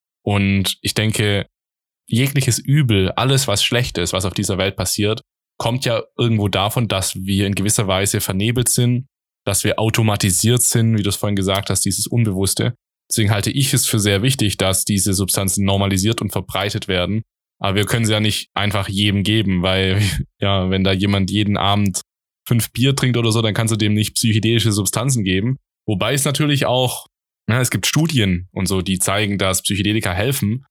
Und ich denke, jegliches Übel, alles was schlecht ist, was auf dieser Welt passiert, kommt ja irgendwo davon, dass wir in gewisser Weise vernebelt sind, dass wir automatisiert sind, wie du es vorhin gesagt hast, dieses Unbewusste. Deswegen halte ich es für sehr wichtig, dass diese Substanzen normalisiert und verbreitet werden. Aber wir können sie ja nicht einfach jedem geben, weil, ja, wenn da jemand jeden Abend fünf Bier trinkt oder so, dann kannst du dem nicht psychedelische Substanzen geben. Wobei es natürlich auch, na, es gibt Studien und so, die zeigen, dass Psychedelika helfen,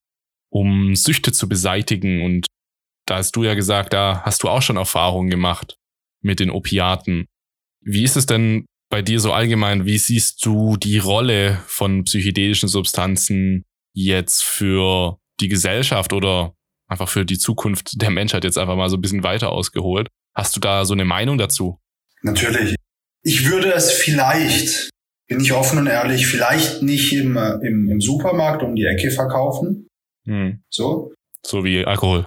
um Süchte zu beseitigen. Und da hast du ja gesagt, da hast du auch schon Erfahrungen gemacht mit den Opiaten. Wie ist es denn bei dir so allgemein? Wie siehst du die Rolle von psychedelischen Substanzen jetzt für die Gesellschaft oder einfach für die Zukunft der Menschheit, jetzt einfach mal so ein bisschen weiter ausgeholt? Hast du da so eine Meinung dazu? Natürlich. Ich würde es vielleicht, bin ich offen und ehrlich, vielleicht nicht im, im, im Supermarkt um die Ecke verkaufen. Hm. So. So wie Alkohol.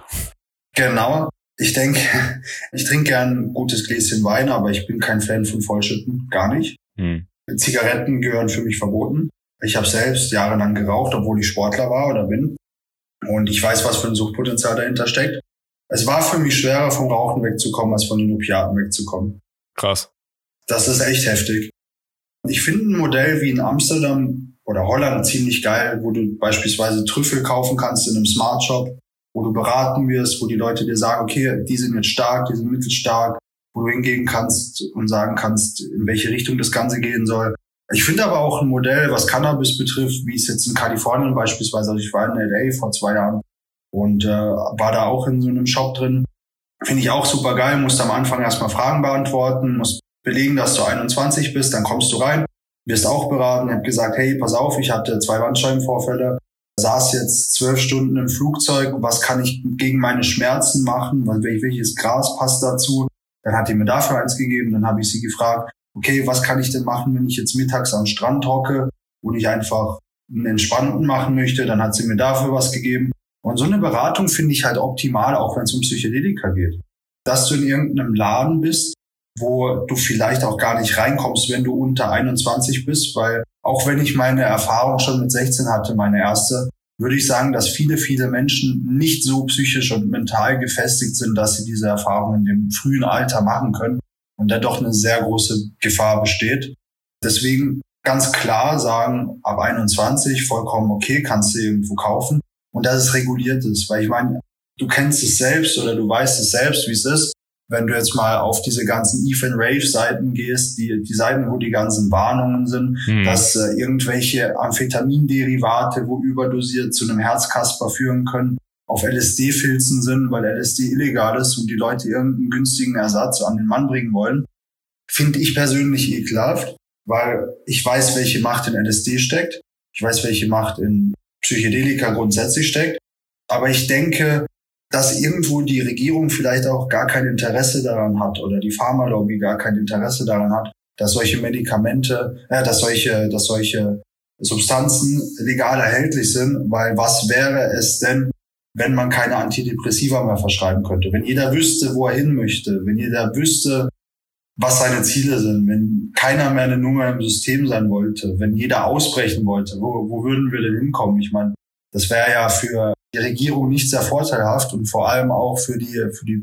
Genau. Ich denke, ich trinke gern ein gutes Gläschen Wein, aber ich bin kein Fan von Vollschütten. Gar nicht. Hm. Zigaretten gehören für mich verboten. Ich habe selbst jahrelang geraucht, obwohl ich Sportler war oder bin. Und ich weiß, was für ein Suchtpotenzial dahinter steckt. Es war für mich schwerer, vom Rauchen wegzukommen, als von den Opiaten wegzukommen. Krass. Das ist echt heftig. Ich finde ein Modell wie in Amsterdam oder Holland ziemlich geil, wo du beispielsweise Trüffel kaufen kannst in einem Smart Shop, wo du beraten wirst, wo die Leute dir sagen, okay, die sind jetzt stark, die sind mittelstark, wo du hingehen kannst und sagen kannst, in welche Richtung das Ganze gehen soll. Ich finde aber auch ein Modell, was Cannabis betrifft, wie es jetzt in Kalifornien beispielsweise, also ich war in L A vor zwei Jahren und äh, war da auch in so einem Shop drin, finde ich auch super geil, musst am Anfang erstmal Fragen beantworten, musst belegen, dass du einundzwanzig bist, dann kommst du rein, wirst auch beraten, hab gesagt, hey, pass auf, ich hatte zwei Bandscheibenvorfälle, saß jetzt zwölf Stunden im Flugzeug, was kann ich gegen meine Schmerzen machen, welches Gras passt dazu? Dann hat die mir dafür eins gegeben, dann habe ich sie gefragt, okay, was kann ich denn machen, wenn ich jetzt mittags am Strand hocke und ich einfach einen entspannten machen möchte, dann hat sie mir dafür was gegeben. Und so eine Beratung finde ich halt optimal, auch wenn es um Psychedelika geht. Dass du in irgendeinem Laden bist, wo du vielleicht auch gar nicht reinkommst, wenn du unter einundzwanzig bist, weil auch wenn ich meine Erfahrung schon mit sechzehn hatte, meine erste, würde ich sagen, dass viele, viele Menschen nicht so psychisch und mental gefestigt sind, dass sie diese Erfahrung in dem frühen Alter machen können und da doch eine sehr große Gefahr besteht. Deswegen ganz klar sagen, ab einundzwanzig vollkommen okay, kannst du irgendwo kaufen und dass es reguliert ist, weil ich meine, du kennst es selbst oder du weißt es selbst, wie es ist. Wenn du jetzt mal auf diese ganzen Eve and Rave Seiten gehst, die, die Seiten, wo die ganzen Warnungen sind, hm. dass äh, irgendwelche Amphetaminderivate, wo überdosiert zu einem Herzkasper führen können, auf L S D-Filzen sind, weil L S D illegal ist und die Leute irgendeinen günstigen Ersatz an den Mann bringen wollen, finde ich persönlich ekelhaft, weil ich weiß, welche Macht in L S D steckt. Ich weiß, welche Macht in Psychedelika grundsätzlich steckt. Aber ich denke, dass irgendwo die Regierung vielleicht auch gar kein Interesse daran hat oder die Pharmalobby gar kein Interesse daran hat, dass solche Medikamente, äh, dass solche, dass solche Substanzen legal erhältlich sind, weil was wäre es denn, wenn man keine Antidepressiva mehr verschreiben könnte? Wenn jeder wüsste, wo er hin möchte, wenn jeder wüsste, was seine Ziele sind, wenn keiner mehr eine Nummer im System sein wollte, wenn jeder ausbrechen wollte, wo, wo würden wir denn hinkommen? Ich meine, das wäre ja für die Regierung nicht sehr vorteilhaft und vor allem auch für die für die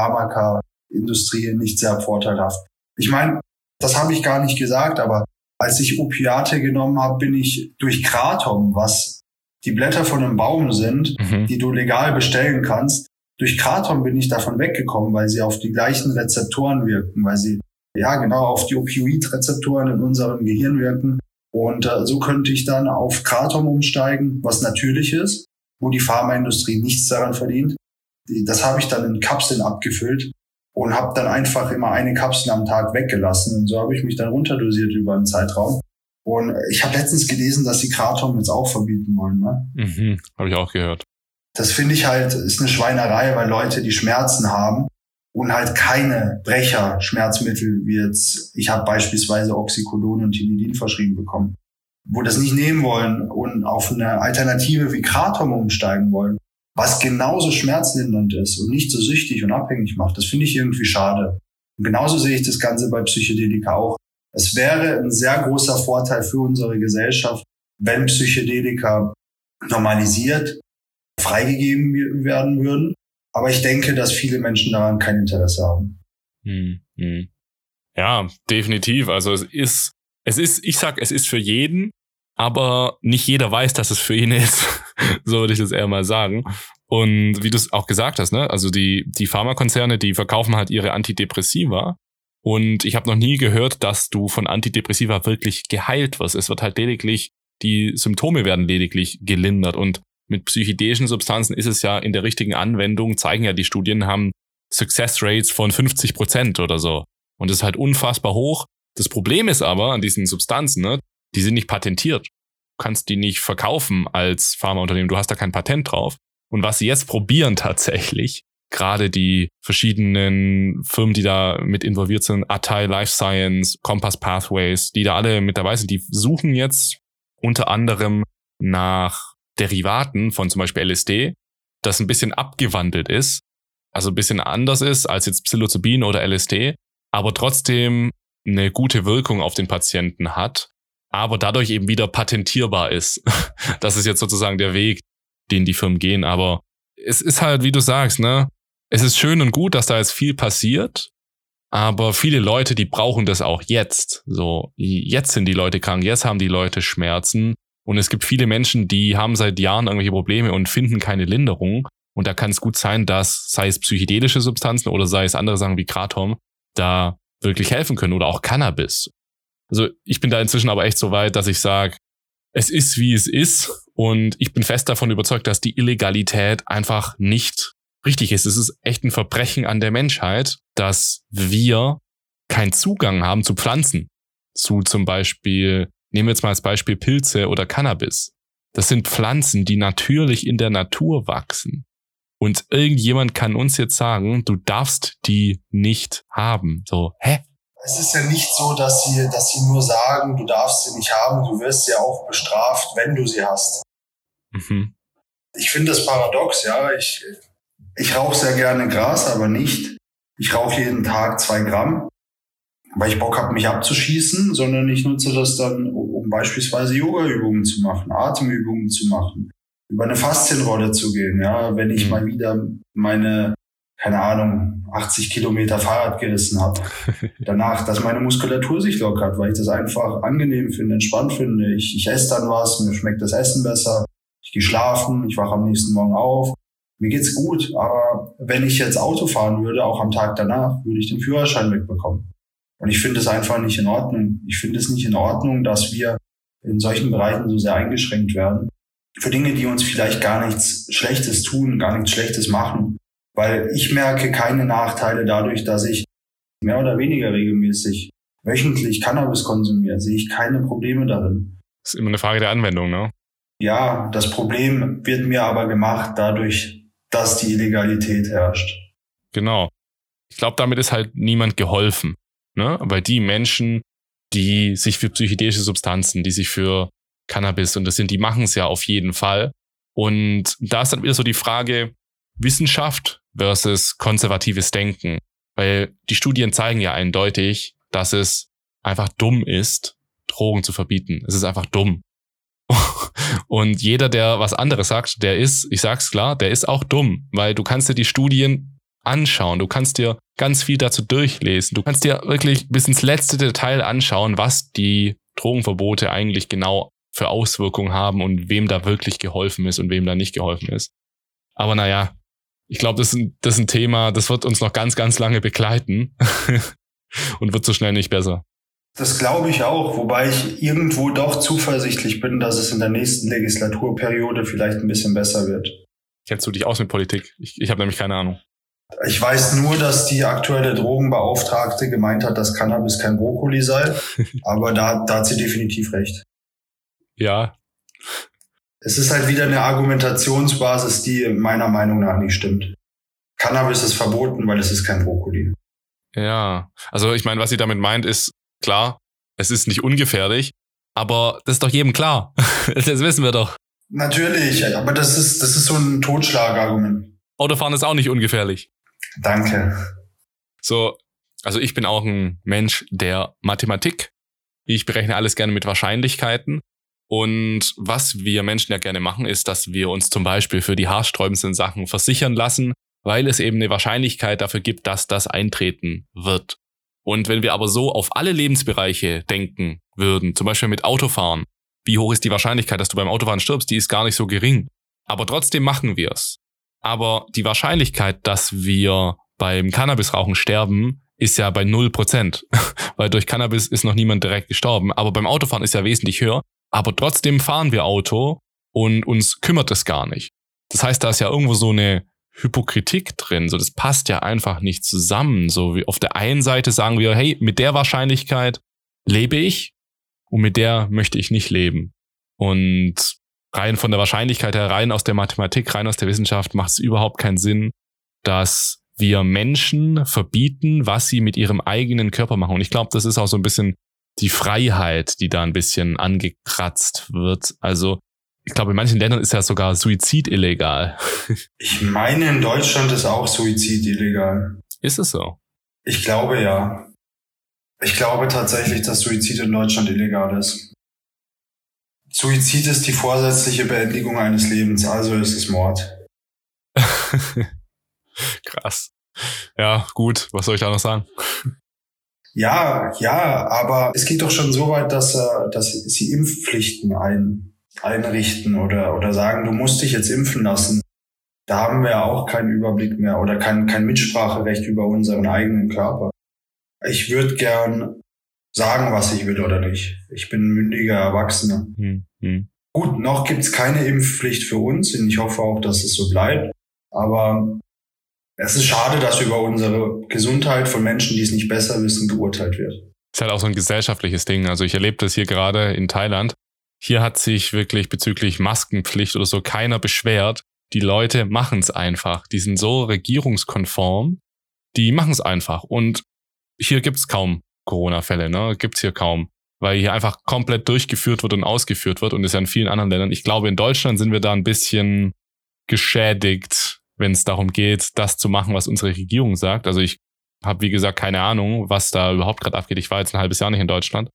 Psychopharmaka-Industrie nicht sehr vorteilhaft. Ich meine, das habe ich gar nicht gesagt, aber als ich Opiate genommen habe, bin ich durch Kratom, was die Blätter von einem Baum sind, mhm. die du legal bestellen kannst, durch Kratom bin ich davon weggekommen, weil sie auf die gleichen Rezeptoren wirken, weil sie ja genau auf die Opioid-Rezeptoren in unserem Gehirn wirken. Und äh, so könnte ich dann auf Kratom umsteigen, was natürlich ist, wo die Pharmaindustrie nichts daran verdient. Das habe ich dann in Kapseln abgefüllt und habe dann einfach immer eine Kapsel am Tag weggelassen. Und so habe ich mich dann runterdosiert über einen Zeitraum. Und ich habe letztens gelesen, dass sie Kratom jetzt auch verbieten wollen. Ne? Mhm, habe ich auch gehört. Das finde ich halt, ist eine Schweinerei, weil Leute, die Schmerzen haben und halt keine Brecher-Schmerzmittel wie jetzt, ich habe beispielsweise Oxycodon und Tilidin verschrieben bekommen. wo das nicht nehmen wollen und auf eine Alternative wie Kratom umsteigen wollen, was genauso schmerzlindernd ist und nicht so süchtig und abhängig macht. Das finde ich irgendwie schade. Und genauso sehe ich das Ganze bei Psychedelika auch. Es wäre ein sehr großer Vorteil für unsere Gesellschaft, wenn Psychedelika normalisiert, freigegeben werden würden. Aber ich denke, dass viele Menschen daran kein Interesse haben. Hm, hm. Ja, definitiv. Also es ist, es ist, ich sag, es ist für jeden, aber nicht jeder weiß, dass es für ihn ist. So würde ich das eher mal sagen. Und wie du es auch gesagt hast, ne, also die, die Pharmakonzerne, die verkaufen halt ihre Antidepressiva. Und ich habe noch nie gehört, dass du von Antidepressiva wirklich geheilt wirst. Es wird halt lediglich, die Symptome werden lediglich gelindert. Und mit psychedelischen Substanzen ist es ja in der richtigen Anwendung, zeigen ja die Studien, haben Success Rates von fünfzig Prozent oder so. Und das ist halt unfassbar hoch. Das Problem ist aber an diesen Substanzen, ne, die sind nicht patentiert. Du kannst die nicht verkaufen als Pharmaunternehmen. Du hast da kein Patent drauf. Und was sie jetzt probieren tatsächlich, gerade die verschiedenen Firmen, die da mit involviert sind, Atai Life Science, Compass Pathways, die da alle mit dabei sind, die suchen jetzt unter anderem nach Derivaten von zum Beispiel L S D, das ein bisschen abgewandelt ist, also ein bisschen anders ist als jetzt Psilocybin oder L S D, aber trotzdem eine gute Wirkung auf den Patienten hat, aber dadurch eben wieder patentierbar ist. Das ist jetzt sozusagen der Weg, den die Firmen gehen, aber es ist halt, wie du sagst, ne, es ist schön und gut, dass da jetzt viel passiert, aber viele Leute, die brauchen das auch jetzt. So, jetzt sind die Leute krank, jetzt haben die Leute Schmerzen und es gibt viele Menschen, die haben seit Jahren irgendwelche Probleme und finden keine Linderung und da kann es gut sein, dass, sei es psychedelische Substanzen oder sei es andere Sachen wie Kratom, da wirklich helfen können oder auch Cannabis. Also ich bin da inzwischen aber echt so weit, dass ich sage, es ist, wie es ist und ich bin fest davon überzeugt, dass die Illegalität einfach nicht richtig ist. Es ist echt ein Verbrechen an der Menschheit, dass wir keinen Zugang haben zu Pflanzen. Zu zum Beispiel, nehmen wir jetzt mal als Beispiel Pilze oder Cannabis. Das sind Pflanzen, die natürlich in der Natur wachsen. Und irgendjemand kann uns jetzt sagen, du darfst die nicht haben. So, hä? Es ist ja nicht so, dass sie, dass sie nur sagen, du darfst sie nicht haben, du wirst ja auch bestraft, wenn du sie hast. Mhm. Ich finde das paradox, ja. Ich, ich rauche sehr gerne Gras, aber nicht. Ich rauche jeden Tag zwei Gramm, weil ich Bock habe, mich abzuschießen, sondern ich nutze das dann, um beispielsweise Yoga-Übungen zu machen, Atemübungen zu machen, über eine Faszienrolle zu gehen, ja. Wenn ich mhm. mal wieder meine, keine Ahnung, achtzig Kilometer Fahrrad gerissen habe. Danach, dass meine Muskulatur sich lockert, weil ich das einfach angenehm finde, entspannt finde. Ich, ich esse dann was, mir schmeckt das Essen besser. Ich gehe schlafen, ich wache am nächsten Morgen auf. Mir geht's gut, aber wenn ich jetzt Auto fahren würde, auch am Tag danach, würde ich den Führerschein wegbekommen. Und ich finde es einfach nicht in Ordnung. Ich finde es nicht in Ordnung, dass wir in solchen Bereichen so sehr eingeschränkt werden. Für Dinge, die uns vielleicht gar nichts Schlechtes tun, gar nichts Schlechtes machen. Weil ich merke keine Nachteile dadurch, dass ich mehr oder weniger regelmäßig wöchentlich Cannabis konsumiere. Sehe ich keine Probleme darin. Das ist immer eine Frage der Anwendung, ne? Ja, das Problem wird mir aber gemacht dadurch, dass die Illegalität herrscht. Genau. Ich glaube, damit ist halt niemand geholfen, ne? Weil die Menschen, die sich für psychedelische Substanzen, die sich für Cannabis und das sind, die machen es ja auf jeden Fall. Und da ist dann wieder so die Frage, Wissenschaft versus konservatives Denken. Weil die Studien zeigen ja eindeutig, dass es einfach dumm ist, Drogen zu verbieten. Es ist einfach dumm. Und jeder, der was anderes sagt, der ist, ich sag's klar, der ist auch dumm. Weil du kannst dir die Studien anschauen, du kannst dir ganz viel dazu durchlesen, du kannst dir wirklich bis ins letzte Detail anschauen, was die Drogenverbote eigentlich genau für Auswirkungen haben und wem da wirklich geholfen ist und wem da nicht geholfen ist. Aber naja, ich glaube, das, das ist ein Thema, das wird uns noch ganz, ganz lange begleiten und wird so schnell nicht besser. Das glaube ich auch, wobei ich irgendwo doch zuversichtlich bin, dass es in der nächsten Legislaturperiode vielleicht ein bisschen besser wird. Kennst du dich aus mit Politik? Ich, ich habe nämlich keine Ahnung. Ich weiß nur, dass die aktuelle Drogenbeauftragte gemeint hat, dass Cannabis kein Brokkoli sei, aber da, da hat sie definitiv recht. Ja. Es ist halt wieder eine Argumentationsbasis, die meiner Meinung nach nicht stimmt. Cannabis ist verboten, weil es ist kein Brokkoli. Ja, also ich meine, was sie damit meint, ist klar, es ist nicht ungefährlich, Aber das ist doch jedem klar. Das wissen wir doch. Natürlich, aber das ist, das ist so ein Totschlagargument. Autofahren ist auch nicht ungefährlich. Danke. So, also ich bin auch ein Mensch der Mathematik. Ich berechne alles gerne mit Wahrscheinlichkeiten. Und was wir Menschen ja gerne machen, ist, dass wir uns zum Beispiel für die haarsträubendsten Sachen versichern lassen, weil es eben eine Wahrscheinlichkeit dafür gibt, dass das eintreten wird. Und wenn wir aber so auf alle Lebensbereiche denken würden, zum Beispiel mit Autofahren, wie hoch ist die Wahrscheinlichkeit, dass du beim Autofahren stirbst? Die ist gar nicht so gering. Aber trotzdem machen wir es. Aber die Wahrscheinlichkeit, dass wir beim Cannabisrauchen sterben, ist ja bei null Prozent. Weil durch Cannabis ist noch niemand direkt gestorben. Aber beim Autofahren ist ja wesentlich höher. Aber trotzdem fahren wir Auto und uns kümmert es gar nicht. Das heißt, da ist ja irgendwo so eine Hypokritik drin. So, das passt ja einfach nicht zusammen. So wie auf der einen Seite sagen wir, hey, mit der Wahrscheinlichkeit lebe ich und mit der möchte ich nicht leben. Und rein von der Wahrscheinlichkeit her, rein aus der Mathematik, rein aus der Wissenschaft macht es überhaupt keinen Sinn, dass wir Menschen verbieten, was sie mit ihrem eigenen Körper machen. Und ich glaube, das ist auch so ein bisschen die Freiheit, die da ein bisschen angekratzt wird. Also ich glaube, in manchen Ländern ist ja sogar Suizid illegal. Ich meine, in Deutschland ist auch Suizid illegal. Ist es so? Ich glaube, ja. Ich glaube tatsächlich, dass Suizid in Deutschland illegal ist. Suizid ist die vorsätzliche Beendigung eines Lebens, also ist es Mord. Krass. Ja, gut, was soll ich da noch sagen? Ja, ja, aber es geht doch schon so weit, dass, dass sie Impfpflichten ein, einrichten oder, oder sagen, du musst dich jetzt impfen lassen. Da haben wir ja auch keinen Überblick mehr oder kein, kein Mitspracherecht über unseren eigenen Körper. Ich würde gern sagen, was ich will oder nicht. Ich bin ein mündiger Erwachsener. Hm, hm. Gut, noch gibt's keine Impfpflicht für uns und ich hoffe auch, dass es so bleibt. Aber es ist schade, dass über unsere Gesundheit von Menschen, die es nicht besser wissen, geurteilt wird. Ist halt auch so ein gesellschaftliches Ding. Also ich erlebe das hier gerade in Thailand. Hier hat sich wirklich bezüglich Maskenpflicht oder so keiner beschwert. Die Leute machen es einfach. Die sind so regierungskonform. Die machen es einfach. Und hier gibt's kaum Corona-Fälle, ne? Gibt's hier kaum. Weil hier einfach komplett durchgeführt wird und ausgeführt wird. Und das ist ja in vielen anderen Ländern. Ich glaube, in Deutschland sind wir da ein bisschen geschädigt, wenn es darum geht, das zu machen, was unsere Regierung sagt. Also ich habe, wie gesagt, keine Ahnung, was da überhaupt gerade abgeht. Ich war jetzt ein halbes Jahr nicht in Deutschland.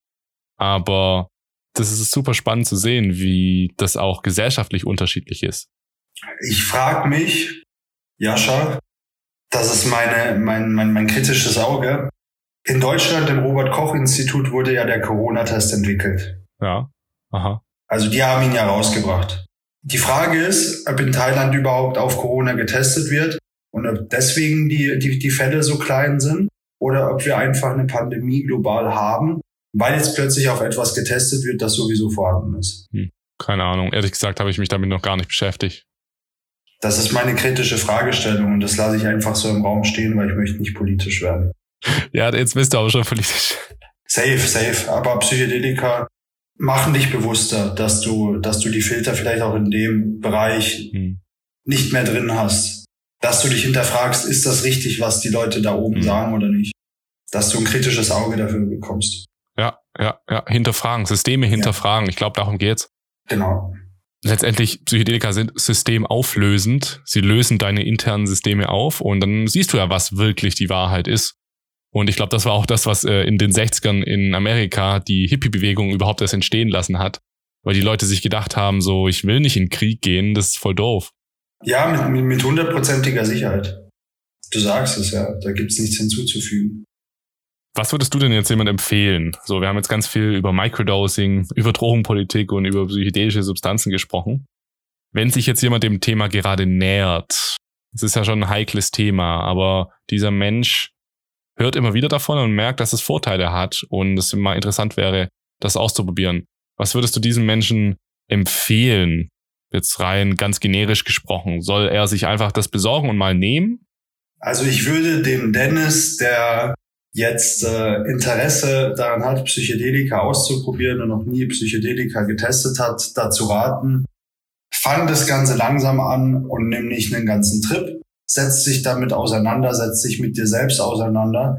Aber das ist super spannend zu sehen, wie das auch gesellschaftlich unterschiedlich ist. Ich frage mich, Jascha, das ist meine, mein, mein, mein kritisches Auge. In Deutschland, im Robert-Koch-Institut, wurde ja der Corona-Test entwickelt. Ja, aha. Also die haben ihn ja rausgebracht. Die Frage ist, ob in Thailand überhaupt auf Corona getestet wird und ob deswegen die, die, die Fälle so klein sind oder ob wir einfach eine Pandemie global haben, weil jetzt plötzlich auf etwas getestet wird, das sowieso vorhanden ist. Hm, keine Ahnung. Ehrlich gesagt habe ich mich damit noch gar nicht beschäftigt. Das ist meine kritische Fragestellung und das lasse ich einfach so im Raum stehen, weil ich möchte nicht politisch werden. Ja, jetzt bist du aber schon politisch. Safe, safe. Aber Psychedelika machen dich bewusster, dass du, dass du die Filter vielleicht auch in dem Bereich hm. nicht mehr drin hast. Dass du dich hinterfragst, ist das richtig, was die Leute da oben hm. sagen oder nicht? Dass du ein kritisches Auge dafür bekommst. Ja, ja, ja. Hinterfragen, Systeme hinterfragen. Ja. Ich glaube, darum geht's. Genau. Letztendlich, Psychedelika sind systemauflösend. Sie lösen deine internen Systeme auf und dann siehst du ja, was wirklich die Wahrheit ist. Und ich glaube, das war auch das, was äh, in den sechzigern in Amerika die Hippie-Bewegung überhaupt erst entstehen lassen hat. Weil die Leute sich gedacht haben, so, ich will nicht in den Krieg gehen, das ist voll doof. Ja, mit, mit, mit hundertprozentiger Sicherheit. Du sagst es ja, da gibt's nichts hinzuzufügen. Was würdest du denn jetzt jemand empfehlen? So, wir haben jetzt ganz viel über Microdosing, über Drogenpolitik und über psychedelische Substanzen gesprochen. Wenn sich jetzt jemand dem Thema gerade nähert, das ist ja schon ein heikles Thema, aber dieser Mensch hört immer wieder davon und merkt, dass es Vorteile hat und es immer interessant wäre, das auszuprobieren. Was würdest du diesem Menschen empfehlen? Jetzt rein ganz generisch gesprochen. Soll er sich einfach das besorgen und mal nehmen? Also ich würde dem Dennis, der jetzt äh, Interesse daran hat, Psychedelika auszuprobieren und noch nie Psychedelika getestet hat, dazu raten, fang das Ganze langsam an und nimm nicht einen ganzen Trip. Setz dich damit auseinander, setz dich mit dir selbst auseinander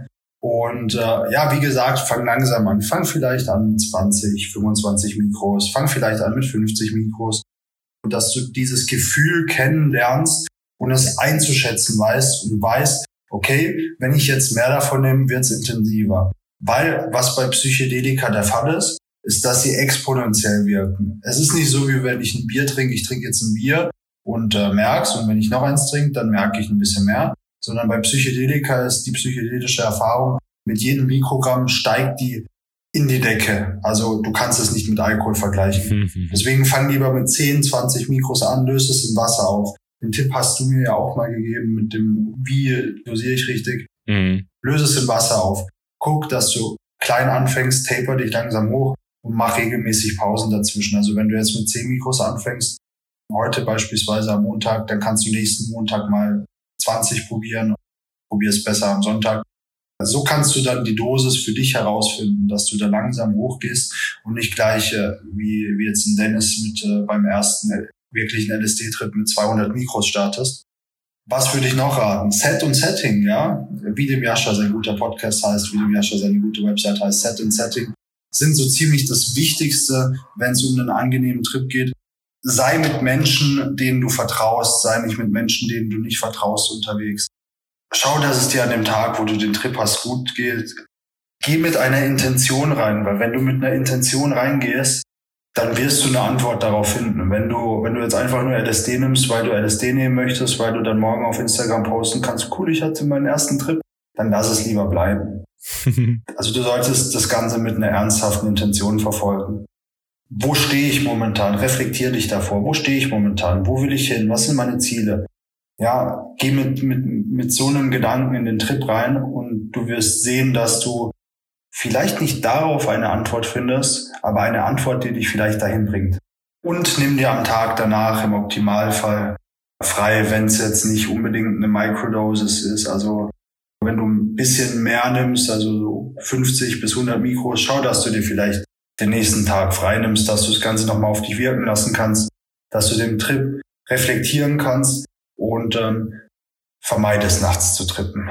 Und äh, ja, wie gesagt, fang langsam an. Fang vielleicht an mit zwanzig, fünfundzwanzig Mikros. Fang vielleicht an mit fünfzig Mikros. Und dass du dieses Gefühl kennenlernst und es einzuschätzen weißt und weißt, okay, wenn ich jetzt mehr davon nehme, wird es intensiver. Weil was bei Psychedelika der Fall ist, ist, dass sie exponentiell wirken. Es ist nicht so, wie wenn ich ein Bier trinke, ich trinke jetzt ein Bier und äh, merk's, und wenn ich noch eins trinke, dann merke ich ein bisschen mehr. Sondern bei Psychedelika ist die psychedelische Erfahrung, mit jedem Mikrogramm steigt die in die Decke. Also du kannst es nicht mit Alkohol vergleichen. Mhm. Deswegen fang lieber mit zehn, zwanzig Mikros an, löst es in Wasser auf. Den Tipp hast du mir ja auch mal gegeben mit dem, wie dosiere ich richtig. Mhm. Löse es in Wasser auf. Guck, dass du klein anfängst, taper dich langsam hoch und mach regelmäßig Pausen dazwischen. Also wenn du jetzt mit zehn Mikros anfängst, heute beispielsweise am Montag, dann kannst du nächsten Montag mal zwanzig probieren, probier es besser am Sonntag. So kannst du dann die Dosis für dich herausfinden, dass du da langsam hochgehst und nicht gleich äh, wie, wie jetzt ein Dennis mit äh, beim ersten äh, wirklichen L S D-Trip mit zweihundert Mikros startest. Was würde ich noch raten? Set und Setting, ja. Wie dem Jascha sein guter Podcast heißt, wie dem Jascha seine gute Website heißt, Set und Setting sind so ziemlich das Wichtigste, wenn es um einen angenehmen Trip geht. Sei mit Menschen, denen du vertraust, sei nicht mit Menschen, denen du nicht vertraust, unterwegs. Schau, dass es dir an dem Tag, wo du den Trip hast, gut geht. Geh mit einer Intention rein, weil wenn du mit einer Intention reingehst, dann wirst du eine Antwort darauf finden. Und wenn du, wenn du jetzt einfach nur L S D nimmst, weil du L S D nehmen möchtest, weil du dann morgen auf Instagram posten kannst, cool, ich hatte meinen ersten Trip, dann lass es lieber bleiben. Also du solltest das Ganze mit einer ernsthaften Intention verfolgen. Wo stehe ich momentan? Reflektier dich davor. Wo stehe ich momentan? Wo will ich hin? Was sind meine Ziele? Ja, geh mit, mit, mit so einem Gedanken in den Trip rein und du wirst sehen, dass du vielleicht nicht darauf eine Antwort findest, aber eine Antwort, die dich vielleicht dahin bringt. Und nimm dir am Tag danach im Optimalfall frei, wenn es jetzt nicht unbedingt eine Microdosis ist. Also wenn du ein bisschen mehr nimmst, also so fünfzig bis hundert Mikros, schau, dass du dir vielleicht den nächsten Tag frei nimmst, dass du das Ganze nochmal auf dich wirken lassen kannst, dass du den Trip reflektieren kannst und ähm, vermeidest, nachts zu trippen.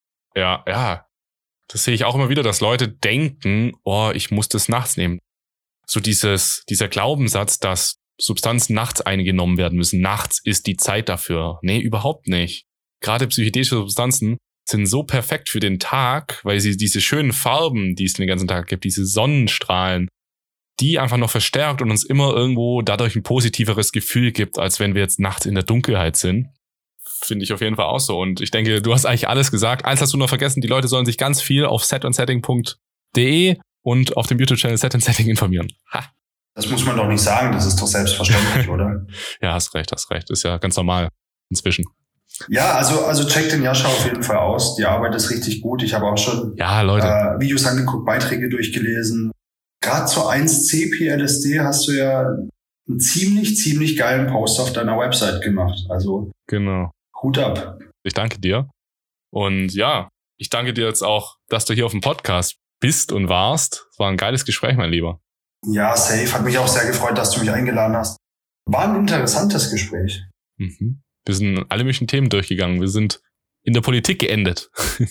Ja, ja. Das sehe ich auch immer wieder, dass Leute denken, oh, ich muss das nachts nehmen. So dieses, dieser Glaubenssatz, dass Substanzen nachts eingenommen werden müssen. Nachts ist die Zeit dafür. Nee, überhaupt nicht. Gerade psychedelische Substanzen sind so perfekt für den Tag, weil sie diese schönen Farben, die es den ganzen Tag gibt, diese Sonnenstrahlen, die einfach noch verstärkt und uns immer irgendwo dadurch ein positiveres Gefühl gibt, als wenn wir jetzt nachts in der Dunkelheit sind. Finde ich auf jeden Fall auch so. Und ich denke, du hast eigentlich alles gesagt. Eins hast du noch vergessen, die Leute sollen sich ganz viel auf set und setting punkt de und auf dem YouTube-Channel Set and Setting informieren. Ha. Das muss man doch nicht sagen, das ist doch selbstverständlich, oder? Ja, hast recht, hast recht. Ist ja ganz normal inzwischen. Ja, also also check den Jascha auf jeden Fall aus. Die Arbeit ist richtig gut. Ich habe auch schon ja, Leute. Äh, Videos angeguckt, Beiträge durchgelesen. Gerade zur eins C P L S D hast du ja einen ziemlich, ziemlich geilen Post auf deiner Website gemacht. Also genau. Hut ab. Ich danke dir. Und ja, ich danke dir jetzt auch, dass du hier auf dem Podcast bist und warst. Es war ein geiles Gespräch, mein Lieber. Ja, safe. Hat mich auch sehr gefreut, dass du mich eingeladen hast. War ein interessantes Gespräch. Mhm. Wir sind alle möglichen Themen durchgegangen. Wir sind in der Politik geendet.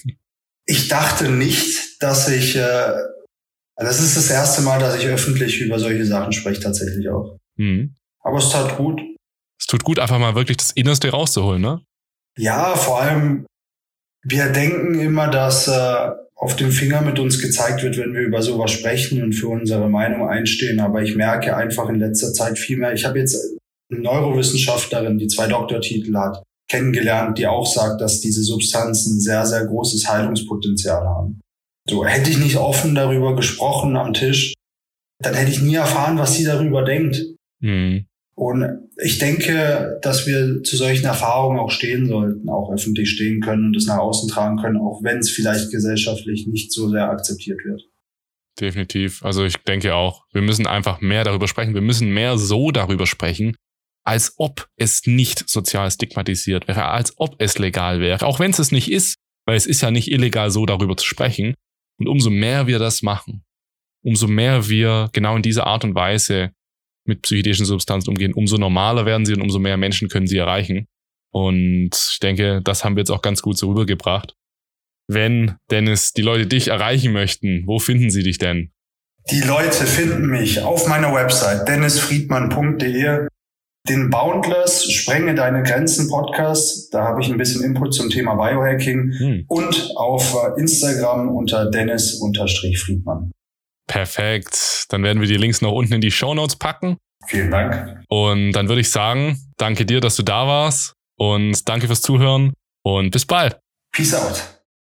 Ich dachte nicht, dass ich... Äh, das ist das erste Mal, dass ich öffentlich über solche Sachen spreche, tatsächlich auch. Mhm. Aber es tat gut. Es tut gut, einfach mal wirklich das Innerste rauszuholen, ne? Ja, vor allem, wir denken immer, dass äh, auf dem Finger mit uns gezeigt wird, wenn wir über sowas sprechen und für unsere Meinung einstehen. Aber ich merke einfach in letzter Zeit viel mehr. Ich habe jetzt eine Neurowissenschaftlerin, die zwei Doktortitel hat, kennengelernt, die auch sagt, dass diese Substanzen sehr, sehr großes Heilungspotenzial haben. So, hätte ich nicht offen darüber gesprochen am Tisch, dann hätte ich nie erfahren, was sie darüber denkt. Mhm. Und ich denke, dass wir zu solchen Erfahrungen auch stehen sollten, auch öffentlich stehen können und es nach außen tragen können, auch wenn es vielleicht gesellschaftlich nicht so sehr akzeptiert wird. Definitiv. Also ich denke auch, wir müssen einfach mehr darüber sprechen. Wir müssen mehr so darüber sprechen, als ob es nicht sozial stigmatisiert wäre, als ob es legal wäre. Auch wenn es es nicht ist, weil es ist ja nicht illegal, so darüber zu sprechen. Und umso mehr wir das machen, umso mehr wir genau in dieser Art und Weise mit psychedelischen Substanzen umgehen, umso normaler werden sie und umso mehr Menschen können sie erreichen. Und ich denke, das haben wir jetzt auch ganz gut so rübergebracht. wenn, Dennis, die Leute dich erreichen möchten? Wo finden sie dich denn? Die Leute finden mich auf meiner Website dennis friedmann punkt de, den Boundless Sprenge deine Grenzen Podcast, da habe ich ein bisschen Input zum Thema Biohacking, hm. und auf Instagram unter dennis-friedmann. Perfekt. Dann werden wir die Links noch unten in die Shownotes packen. Vielen Dank. Und dann würde ich sagen, danke dir, dass du da warst und danke fürs Zuhören und bis bald. Peace out.